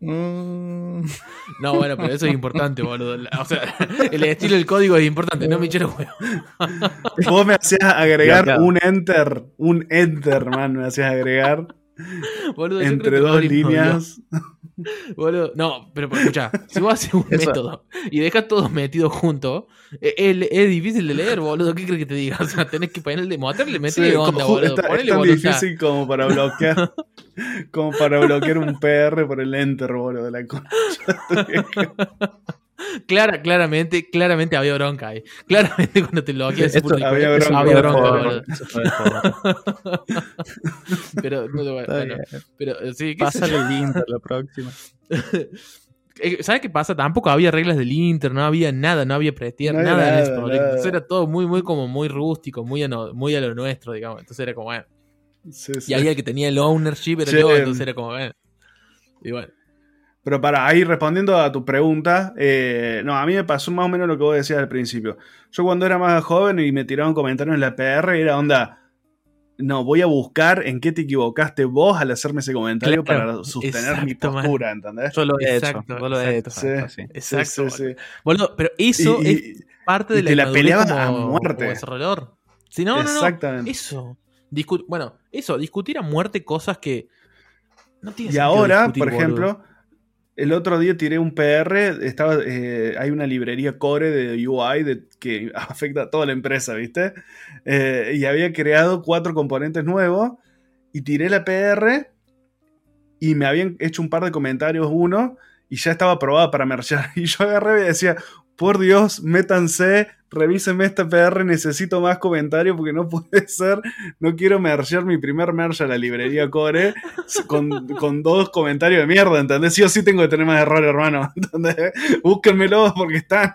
S3: No, bueno, pero eso es importante, boludo. O sea, el estilo del código es importante, no me eché los huevos.
S1: Vos me hacías agregar claro, claro. un enter, un enter, man, me hacías agregar boludo, entre dos líneas.
S3: Boludo, no, pero escuchá, si vos haces un eso. método y dejas todos metidos juntos, es, es difícil de leer, boludo. ¿Qué crees que te diga? O sea, tenés que ponerle mostrarle, meterle sí, onda, boludo.
S1: Está, es tan voluntad. Difícil como para bloquear como para bloquear un P R por el enter, boludo, de la concha.
S3: Clara, claramente, claramente había bronca ahí. Claramente cuando te bloqueas ese puto
S1: había bronca,
S3: había bronca,
S1: boludo.
S3: Pero, no, bueno, bueno, pero sí,
S2: pásale el Inter la próxima.
S3: ¿Sabes qué pasa? Tampoco había reglas del Inter, no había nada, no había pretier, no nada, nada en ese proyecto. Entonces era todo muy, muy como muy rústico, muy a, no, muy a lo nuestro, digamos. Entonces era como, bueno. Sí, sí. Y había el que tenía el ownership, era sí. yo, entonces era como, bueno. Y bueno.
S1: Pero para ahí respondiendo a tu pregunta, eh, no, a mí me pasó más o menos lo que vos decías al principio. Yo cuando era más joven y me tiraban comentarios en la P R, era onda, no, voy a buscar en qué te equivocaste vos al hacerme ese comentario claro, para sostener exacto, mi postura, man. ¿Entendés?
S2: Yo lo he
S3: exacto,
S2: hecho, yo lo he hecho.
S1: Sí,
S2: sí.
S3: Exacto.
S1: Sí, sí, sí.
S3: Bueno, pero eso
S1: y,
S3: es
S1: y,
S3: parte de
S1: y
S3: la
S1: te la peleabas
S3: como,
S1: a muerte.
S3: Como desarrollador. Si no, no, no, eso. Discu- bueno, eso, discutir a muerte cosas que No tiene
S1: Y
S3: sentido
S1: ahora,
S3: discutir,
S1: por
S3: boludo.
S1: ejemplo, el otro día
S3: No tiene
S1: tiré un
S3: sentido
S1: P R,
S3: discutir, boludo.
S1: estaba, estaba, eh, hay una librería core de U I de, que afecta a toda la empresa, ¿viste? Eh, y había creado cuatro componentes nuevos y tiré la P R y me habían hecho un par de comentarios uno y ya estaba aprobada para mergear. Y yo agarré y decía, por Dios, métanse, revísenme esta P R, necesito más comentarios porque no puede ser, no quiero mergear mi primer merge a la librería core con, con dos comentarios de mierda, ¿entendés? Sí o sí tengo que tener más errores, hermano, ¿entendés? Búsquenmelos porque están.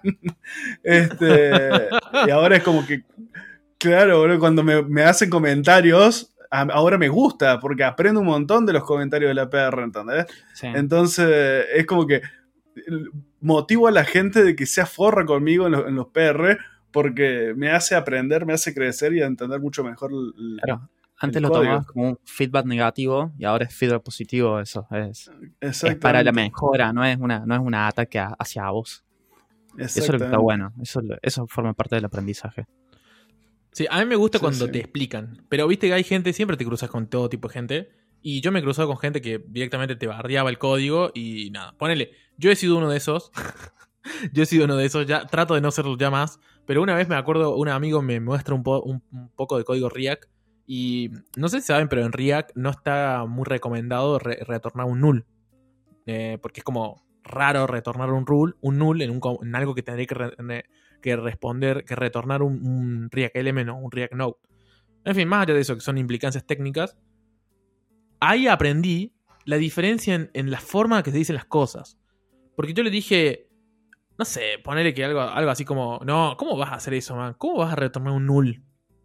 S1: Este, y ahora es como que, claro, boludo, cuando me, me hacen comentarios, ahora me gusta, porque aprendo un montón de los comentarios de la P R, ¿entendés?
S2: Sí.
S1: Entonces, es como que motivo a la gente de que sea forra conmigo en los, en los P R, porque me hace aprender, me hace crecer y a entender mucho mejor el,
S2: Claro. Antes
S1: el
S2: lo
S1: código.
S2: tomabas como un feedback negativo y ahora es feedback positivo. Eso es, es para la
S1: Exactamente.
S2: mejora, no es una, no es un ataque a- hacia vos. Eso es lo que está bueno. Eso, eso forma parte del aprendizaje.
S3: Sí, a mí me gusta
S1: Sí,
S3: cuando
S1: sí.
S3: te explican. Pero viste que hay gente, siempre te cruzas con todo tipo de gente. Y yo me he cruzado con gente que directamente te bardeaba el código y nada. Ponele, yo he sido uno de esos. Yo he sido uno de esos, ya trato de no serlo ya más. Pero una vez me acuerdo, un amigo me muestra un, po- un, un poco de código React. Y no sé si saben, pero en React no está muy recomendado re- retornar un null. Eh, porque es como raro retornar un rule, un null en, un, co- en algo que tendría que, re- que responder, que retornar un, un React Element o un React Node. En fin, más allá de eso, que son implicancias técnicas, ahí aprendí la diferencia en, en la forma que se dicen las cosas. Porque yo le dije, no sé, ponerle que algo, algo así como, no, ¿cómo vas a hacer eso, man? ¿Cómo vas a retornar un null?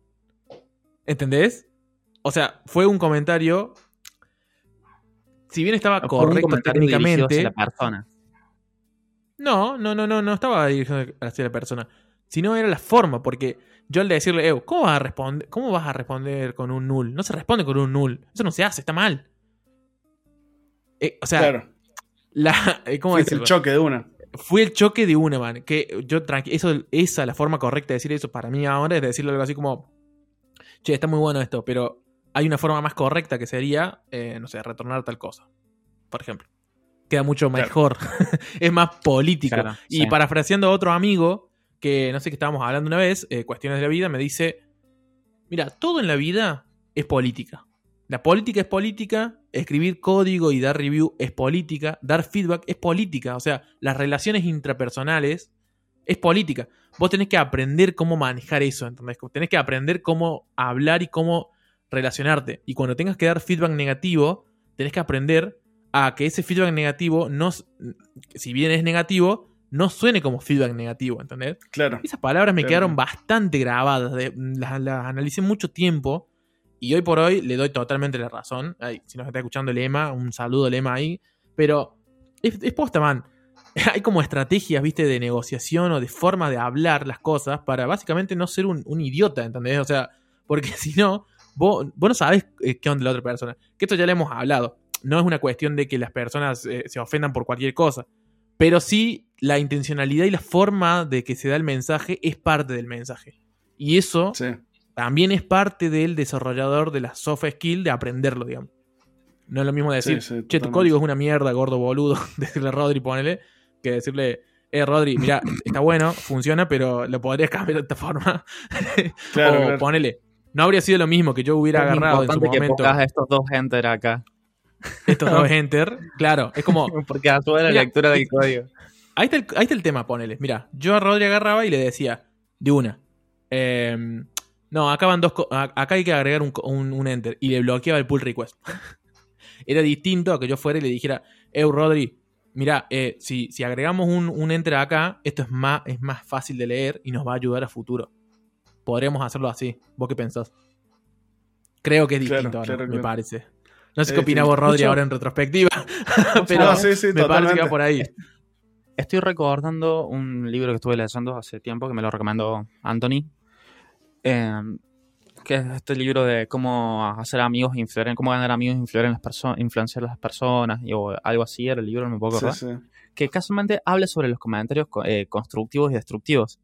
S3: ¿Entendés? O sea, fue un comentario, si bien estaba
S2: Fue un
S3: correcto
S2: comentario dirigido hacia la
S3: técnicamente,
S2: persona.
S3: no, no, no, no, no estaba dirigido hacia la persona, sino era la forma, porque yo al decirle, Ew, ¿cómo vas a responder, cómo vas a responder con un null? No se responde con un null, eso no se hace, está mal. Eh, o sea,
S1: Claro.
S3: la, eh, ¿cómo
S1: Fuiste el
S3: decirlo?
S1: choque de una.
S3: Fue el choque de una, man. Que yo, tranqui eso, esa, la forma correcta de decir eso para mí ahora es decirle algo así como, che, está muy bueno esto, pero hay una forma más correcta que sería, eh, no sé, retornar tal cosa, por ejemplo. Queda mucho
S1: Claro.
S3: mejor. Es más político.
S2: Claro,
S3: y
S2: sí.
S3: parafraseando a otro amigo, que no sé qué estábamos hablando una vez, eh, cuestiones de la vida, me dice, mira, todo en la vida es política. La política es política, escribir código y dar review es política, dar feedback es política. O sea, las relaciones intrapersonales es política. Vos tenés que aprender cómo manejar eso, ¿entendés? Tenés que aprender cómo hablar y cómo relacionarte. Y cuando tengas que dar feedback negativo, tenés que aprender a que ese feedback negativo, no, si bien es negativo, no suene como feedback negativo, ¿entendés?
S1: Claro.
S3: Esas palabras me
S1: Claro.
S3: quedaron bastante grabadas, de- las, las analicé mucho tiempo y hoy por hoy le doy totalmente la razón. Ay, si nos está escuchando Lema, un saludo Lema ahí, pero es, es posta, man. Hay como estrategias, viste, de negociación o de forma de hablar las cosas para básicamente no ser un, un idiota, ¿entendés? O sea, porque si no, vos, vos no sabés eh, qué onda la otra persona. Que esto ya lo hemos hablado. No es una cuestión de que las personas eh, se ofendan por cualquier cosa, pero sí la intencionalidad y la forma de que se da el mensaje es parte del mensaje. Y eso
S1: Sí.
S3: también es parte del desarrollador de la soft skill de aprenderlo, digamos. No es lo mismo decir,
S1: Sí, sí,
S3: che, tu
S1: totalmente.
S3: código es una mierda, gordo boludo, decirle a Rodri, ponele, que decirle, eh, Rodri, mira, está bueno, funciona, pero lo podrías cambiar de esta forma.
S1: Claro,
S3: O
S1: claro.
S3: ponele, no habría sido lo mismo que yo hubiera
S2: Es
S3: agarrado en su
S2: importante que
S3: momento
S2: pongas estos dos enter acá.
S3: estos dos enter. Claro, es como,
S2: Porque ayuda la
S3: Mira,
S2: lectura del
S3: y-
S2: código.
S3: Ahí está, el, ahí está el tema, ponele. Mira, yo a Rodri agarraba y le decía, de una. eh, no, acá van dos. co- a- Acá hay que agregar un, co- un- un enter. Y le bloqueaba el pull request. Era distinto a que yo fuera y le dijera, Eu, Rodri, mira, eh, si, si agregamos un, un enter acá, esto es más, es más fácil de leer y nos va a ayudar a futuro. Podríamos hacerlo así. ¿Vos qué pensás? Creo que es
S1: Claro,
S3: distinto ahora,
S1: claro,
S3: me
S1: claro.
S3: parece. No sé
S1: Es
S3: qué opinás vos,
S1: distinto.
S3: Rodri,
S2: Mucho-
S3: ahora en retrospectiva. Pero
S1: No, sí, sí,
S3: me parece que
S1: totalmente.
S3: va por ahí.
S2: Estoy recordando un libro que estuve leyendo hace tiempo que me lo recomendó Anthony. eh, que es este libro de cómo hacer amigos, influir en, cómo ganar amigos, influir en las personas, influenciar a las personas, y, o algo así era el libro, no me puedo
S1: Sí,
S2: acordar.
S1: sí.
S2: Que casualmente habla sobre los comentarios co- eh, constructivos y destructivos.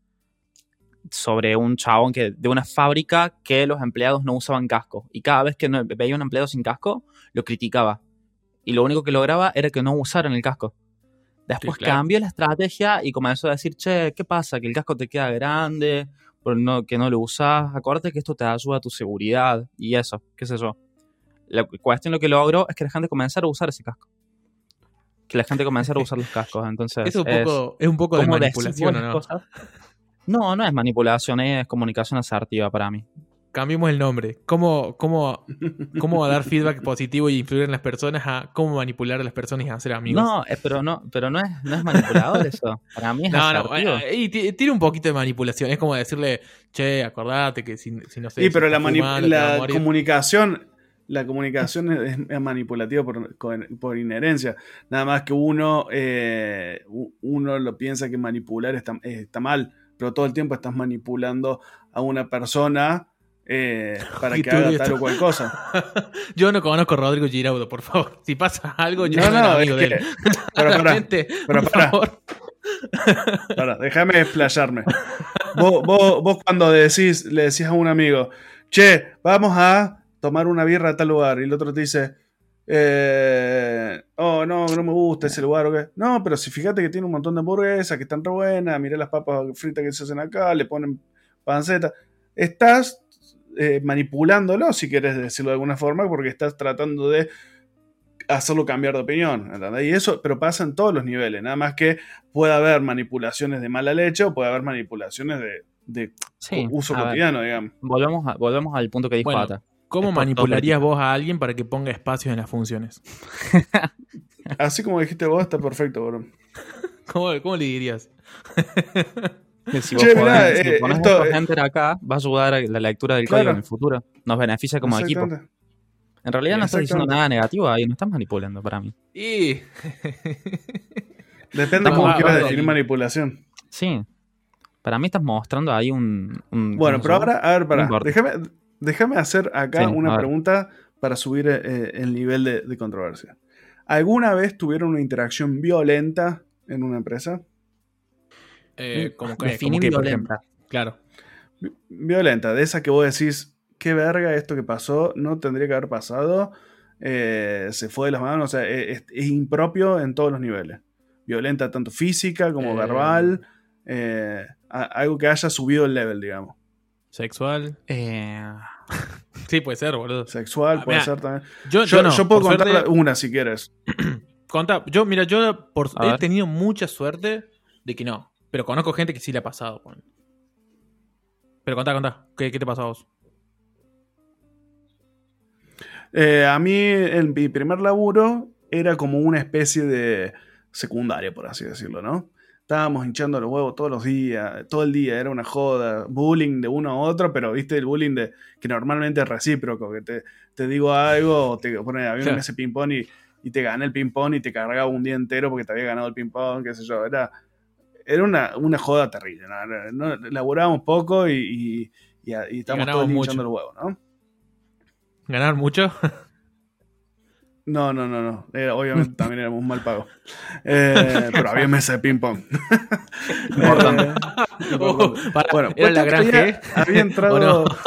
S2: Sobre un chabón que, de una fábrica que los empleados no usaban casco. Y cada vez que no, veía un empleado sin casco, lo criticaba. y lo único que lograba era que no usaran el casco. Después
S3: Sí, claro.
S2: cambió la estrategia y comenzó a decir, che, ¿qué pasa? Que el casco te queda grande, pero no, que no lo usás. Acuérdate que esto te ayuda a tu seguridad y eso, qué sé yo. La cuestión lo que logró es que la gente comenzara a usar ese casco. Que la gente comenzara a usar los cascos. Entonces,
S3: Es un poco, es un poco de
S2: ¿cómo
S3: manipulación,
S2: decimos
S3: ¿o
S2: las
S3: no?
S2: cosas? No, no es manipulación, es comunicación asertiva para mí.
S3: Cambiemos el nombre. ¿Cómo, cómo, cómo dar feedback positivo y influir en las personas a cómo manipular a las personas y hacer amigos?
S2: No, eh, pero no, pero no es, no es manipulador eso. Para mí es
S3: No, no,
S2: asertivo.
S3: eh, y ti- tiene un poquito de manipulación. Es como decirle, che, acordate que si, si no sé.
S1: Sí,
S3: si
S1: pero la,
S3: estás
S1: mani-
S3: fumando, te vas a
S1: la
S3: morir.
S1: comunicación, la comunicación es, es manipulativa por, con- por inherencia. Nada más que uno, eh, u- uno lo piensa que manipular está, eh, está mal, pero todo el tiempo estás manipulando a una persona eh, para
S3: Qué
S1: que haga
S3: turbio
S1: tal
S3: esto.
S1: o cual cosa.
S3: Yo no conozco a Rodrigo Giraudo, por favor. Si pasa algo, yo
S1: No,
S3: no,
S1: no,
S3: era
S1: es
S3: amigo de
S1: que-
S3: él.
S1: Pero pará,
S3: Realmente,
S1: pero
S3: por
S1: pará.
S3: favor.
S1: pará, déjame explayarme. Vos, vos, vos cuando decís, le decís a un amigo, che, vamos a tomar una birra a tal lugar, y el otro te dice, eh, oh, no, no me gusta ese lugar, o qué. No, pero si fíjate que tiene un montón de hamburguesas que están re buenas, mirá las papas fritas que se hacen acá, le ponen panceta. Estás eh, manipulándolo, si querés decirlo de alguna forma, porque estás tratando de hacerlo cambiar de opinión, ¿entendés? Y eso, pero pasa en todos los niveles, nada más que puede haber manipulaciones de mala leche o puede haber manipulaciones de, de
S2: Sí,
S1: uso
S2: a ver,
S1: cotidiano, digamos.
S2: volvemos, a- volvemos al punto que dijo
S3: Bueno,
S2: Ata.
S3: ¿Cómo
S2: Es por
S3: manipularías
S2: todo
S3: vos a alguien para que ponga espacios en las funciones?
S1: Así como dijiste vos, está perfecto, bro.
S3: ¿Cómo, cómo le dirías?
S2: Que Si
S1: Che,
S2: vos
S1: mirá,
S2: pones, si
S1: eh,
S2: pones
S1: esto,
S2: estos
S1: eh,
S2: enter acá, va a ayudar a la lectura del
S1: Claro.
S2: código en el futuro. Nos beneficia como equipo.
S1: Exactamente.
S2: En realidad no estás diciendo
S1: Exactamente.
S2: nada negativo ahí, no estás manipulando para mí.
S3: Y...
S1: Depende
S2: No,
S1: cómo
S2: va,
S1: quieras
S3: va,
S1: definir
S3: va.
S1: manipulación.
S2: Sí. Para mí estás mostrando ahí un... un-
S1: Bueno,
S2: ¿cómo
S1: pero
S2: se llama?
S1: ahora, a ver,
S2: No
S1: pará.
S2: importa.
S1: Déjame, déjame hacer acá
S2: Sí, a
S1: una
S2: ver.
S1: pregunta para subir eh, el nivel de, de controversia. ¿Alguna vez tuvieron una interacción violenta en una empresa?
S3: Eh, como que,
S2: Definir
S3: como que, por
S2: violenta.
S3: ejemplo. Claro.
S1: Vi- Violenta, de esa que vos decís, qué verga esto que pasó, no tendría que haber pasado, eh, se fue de las manos, o sea, es, es impropio en todos los niveles. Violenta tanto física como
S3: Eh.
S1: verbal, eh, a- algo que haya subido el level, digamos.
S3: Sexual.
S2: Eh,
S3: Sí, puede ser, boludo.
S1: Sexual,
S3: Ah,
S1: puede
S3: mirá,
S1: ser también.
S3: Yo,
S1: Yo,
S3: yo no,
S1: yo puedo
S3: por
S1: contar
S3: suerte-
S1: una si quieres.
S3: Contá, yo, mira, yo por,
S2: A
S3: he
S2: ver.
S3: tenido mucha suerte de que no. Pero conozco gente que sí le ha pasado. Juan. Pero contá, contá. ¿Qué, qué te pasó a vos?
S1: Eh, a mí, en mi primer laburo era como una especie de secundaria, por así decirlo, ¿no? Estábamos hinchando los huevos todos los días, todo el día, era una joda, bullying de uno a otro, pero viste el bullying de que normalmente es recíproco, que te, te digo algo, o te pone, había una
S3: Claro.
S1: mesa de ping-pong y, y te gané el ping-pong y te cargaba un día entero porque te había ganado el ping-pong, qué sé yo, era, era una, una joda terrible, ¿no? No, laburábamos poco y, y, y, y estábamos
S3: ganábamos
S1: todos
S3: mucho.
S1: hinchando los huevos, ¿no?
S3: ¿Ganar mucho?
S1: No, no, no, no. Era- obviamente también éramos mal pagos. Eh, pero había mesa de ping-pong.
S2: Importante.
S1: Eh,
S3: Oh, pará,
S1: bueno,
S3: ¿era la gran
S1: cuestión que
S3: G?
S1: había, había entrado.
S3: ¿O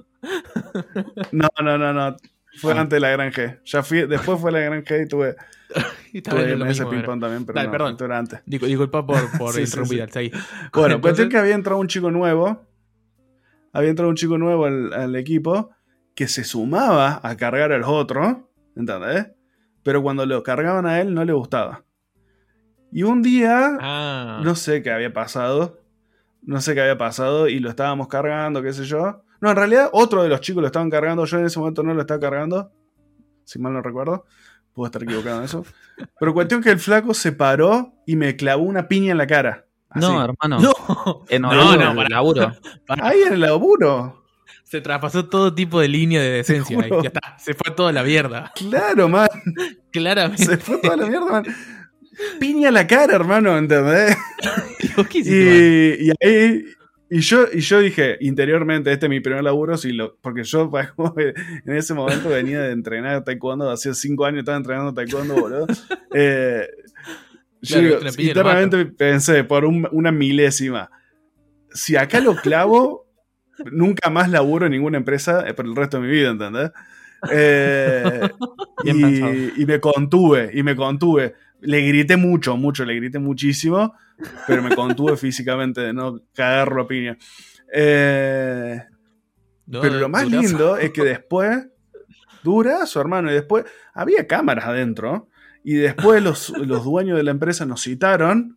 S1: no? no, no, no, no. Fue
S3: Ah.
S1: antes de la gran G. Ya fui, después fue la gran G y tuve,
S3: Está
S1: tuve
S3: bien, lo
S1: mesa
S3: mismo,
S1: de
S3: era.
S1: ping-pong también, pero
S3: Dale,
S1: no,
S3: perdón.
S1: esto era antes.
S3: Digo- Disculpa por, por
S1: Sí, sí,
S3: interrumpir.
S1: sí.
S3: Seguí.
S1: Bueno,
S3: Entonces-
S1: cuestión que había entrado un chico nuevo. Había entrado un chico nuevo al, al equipo que se sumaba a cargar a los otros, ¿entendés? Pero cuando lo cargaban a él no le gustaba. Y un día,
S3: Ah,
S1: no sé qué había pasado, no sé qué había pasado y lo estábamos cargando, qué sé yo. No, en realidad otro de los chicos lo estaban cargando, yo en ese momento no lo estaba cargando, si mal no recuerdo, puedo estar equivocado en eso. Pero cuestión que el flaco se paró y me clavó una piña en la cara. Así.
S2: no, hermano.
S3: no.
S2: En
S3: No,
S2: horario
S3: no,
S2: de
S3: pará.
S2: laburo.
S1: Ahí en el laburo.
S3: Se traspasó todo tipo de línea de decencia.
S1: Te
S3: Ahí.
S1: juro.
S3: Ya está. Se fue toda la mierda.
S1: Claro, man.
S3: Claramente.
S1: Se fue toda la mierda, man. Piña en la cara, hermano, ¿entendés?
S3: ¿Vos qué hiciste,
S1: Y, y ahí. Y yo, y yo dije interiormente, este es mi primer laburo, si lo, porque yo en ese momento venía de entrenar taekwondo, hacía cinco años estaba entrenando taekwondo, boludo. Eh, yo
S3: Claro,
S1: digo,
S3: una piña lo
S1: internamente pensé por un- una milésima, si acá lo clavo, nunca más laburo en ninguna empresa eh, por el resto de mi vida, ¿entendés? Eh,
S2: Bien pensado.
S1: y, y me contuve, y me contuve. Le grité mucho, mucho, le grité muchísimo, pero me contuve físicamente de no cagarlo a piña. Eh,
S3: No,
S1: pero lo más
S3: durazo.
S1: lindo es que después, durazo, hermano, y después había cámaras adentro, y después los, los dueños de la empresa nos citaron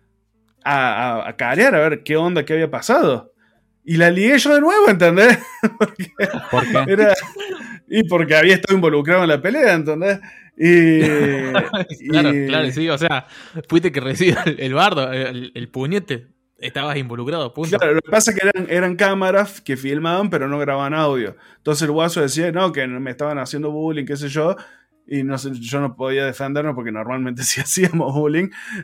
S1: a, a, a carear a ver qué onda, qué había pasado. Y la ligué yo de nuevo, ¿entendés? Porque
S2: ¿Por qué?
S1: era, y porque había estado involucrado en la pelea, ¿entendés? Y,
S3: Claro,
S1: y-
S3: claro, sí, o sea, fuiste que recibió el, el bardo, el, el puñete, estabas involucrado, punto.
S1: Claro, lo que pasa es que eran, eran cámaras que filmaban pero no grababan audio. Entonces el guaso decía, no, que me estaban haciendo bullying, qué sé yo, y no sé, yo no podía defenderme porque normalmente sí hacíamos bullying.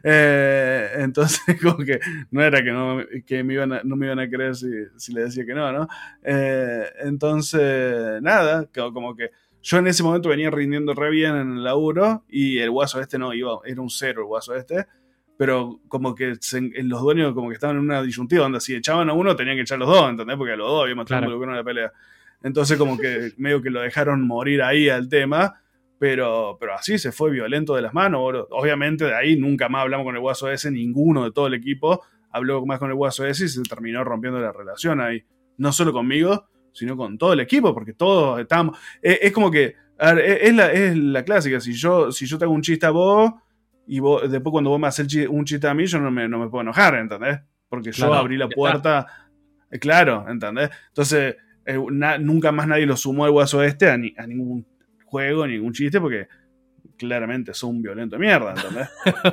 S1: Eh, entonces como que no era que, no, que me iban a, no me iban a creer si, si le decía que no, ¿no? Eh, entonces, nada, como, como que yo en ese momento venía rindiendo re bien en el laburo y el guaso este no, iba, era un cero el guaso este. Pero como que se, los dueños como que estaban en una disyuntiva donde si echaban a uno tenían que echar a los dos, ¿entendés? Porque a los dos habíamos estado
S2: Claro.
S1: involucrados en la pelea. Entonces como que medio que lo dejaron morir ahí al tema, pero, pero así se fue violento de las manos, boludo. Obviamente de ahí nunca más hablamos con el guaso ese, ninguno de todo el equipo habló más con el guaso ese y se terminó rompiendo la relación ahí. No solo conmigo, sino con todo el equipo, porque todos estábamos... Es, es como que, a ver, es, es la, es la clásica, si yo, si yo te hago un chiste a vos... Y vos, después cuando vos me haces un chiste a mí, yo no me, no me puedo enojar, ¿entendés? Porque yo
S3: Claro,
S1: abrí la
S3: ya
S1: puerta, eh, claro, ¿entendés? Entonces, eh, na, nunca más nadie lo sumó al guaso este a, ni, a ningún juego, ningún chiste, porque claramente son un violento de mierda, ¿entendés?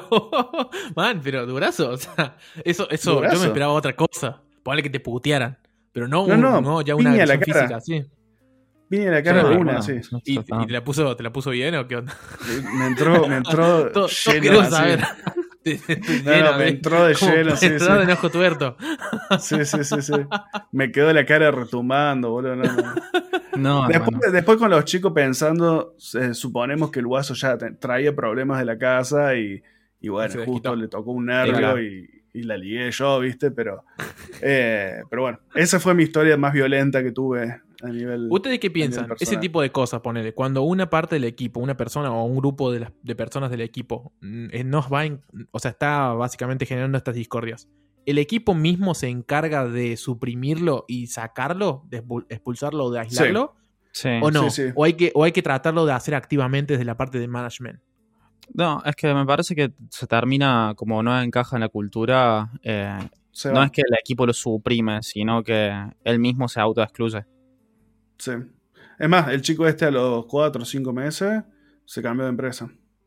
S3: Man, pero durazo, o sea, eso, eso
S1: Durazo.
S3: yo me esperaba otra cosa. Ponle que te putearan, pero no,
S1: No,
S3: un-
S1: no,
S3: no ya una
S1: piña a la
S3: agresión
S1: cara.
S3: física, sí.
S1: Vine a la cara
S3: Yo
S1: de
S3: no,
S1: una,
S2: bueno,
S1: sí.
S2: eso
S3: ¿Y,
S2: está-
S3: y te la puso, te la puso bien o qué onda?
S1: Me entró, me entró
S3: Todo, todos
S1: lleno
S3: queremos
S1: así.
S3: saber. Estoy
S1: No,
S3: lleno
S1: no, me
S3: de-
S1: entró de
S3: como
S1: lleno, sí,
S3: entró
S1: sí.
S3: de enojo tuerto.
S1: Sí, sí, sí, sí. Me quedó la cara retumbando, boludo. No, no.
S2: No,
S1: Después,
S2: hermano.
S1: después con los chicos pensando, eh, suponemos que el guaso ya te- traía problemas de la casa y, y bueno,
S3: Se
S1: justo
S3: desquitó.
S1: le tocó un nervio
S3: Claro.
S1: y, y la ligué yo, ¿viste? Pero, eh, pero bueno, esa fue mi historia más violenta que tuve a nivel...
S3: ¿Ustedes qué
S1: a nivel
S3: piensan? Ese
S1: personal.
S3: tipo de cosas, ponele. Cuando una parte del equipo, una persona o un grupo de, las- de personas del equipo, mm, eh, nos va en- o sea, está básicamente generando estas discordias. ¿El equipo mismo se encarga de suprimirlo y sacarlo, de expul- expulsarlo o de aislarlo?
S2: Sí.
S3: ¿O no?
S1: Sí, sí.
S3: ¿O, hay que, ¿O hay que tratarlo de hacer activamente desde la parte de management?
S2: No, es que me parece que se termina, como no encaja en la cultura, eh,
S1: Se
S2: no
S1: va.
S2: es que el equipo lo suprime, sino que él mismo se autoexcluye.
S1: Sí. Es más, el chico este a los cuatro o cinco meses se cambió de empresa.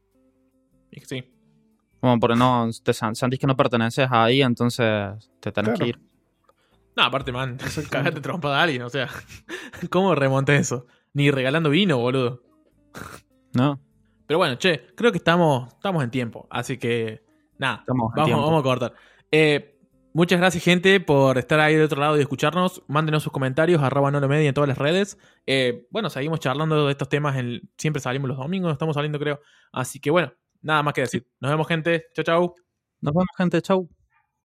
S3: Y que sí.
S2: Como porque no te san- sentís que no perteneces ahí, entonces te tenés
S1: Claro.
S2: que ir.
S3: No, aparte, man, cagate trompada a alguien, o sea, ¿cómo remonté eso? Ni regalando vino, boludo.
S2: ¿No?
S3: Pero bueno, che, creo que estamos, estamos en tiempo, así que nada,
S2: Estamos en
S3: vamos,
S2: tiempo.
S3: vamos a cortar. Eh, muchas gracias, gente, por estar ahí del otro lado y escucharnos. Mándenos sus comentarios, arroba no lo media en todas las redes. Eh, bueno, seguimos charlando de estos temas, en, siempre salimos los domingos, estamos saliendo creo. Así que bueno, nada más que decir. Nos vemos, gente. Chau, chau.
S2: Nos vemos, gente. Chau.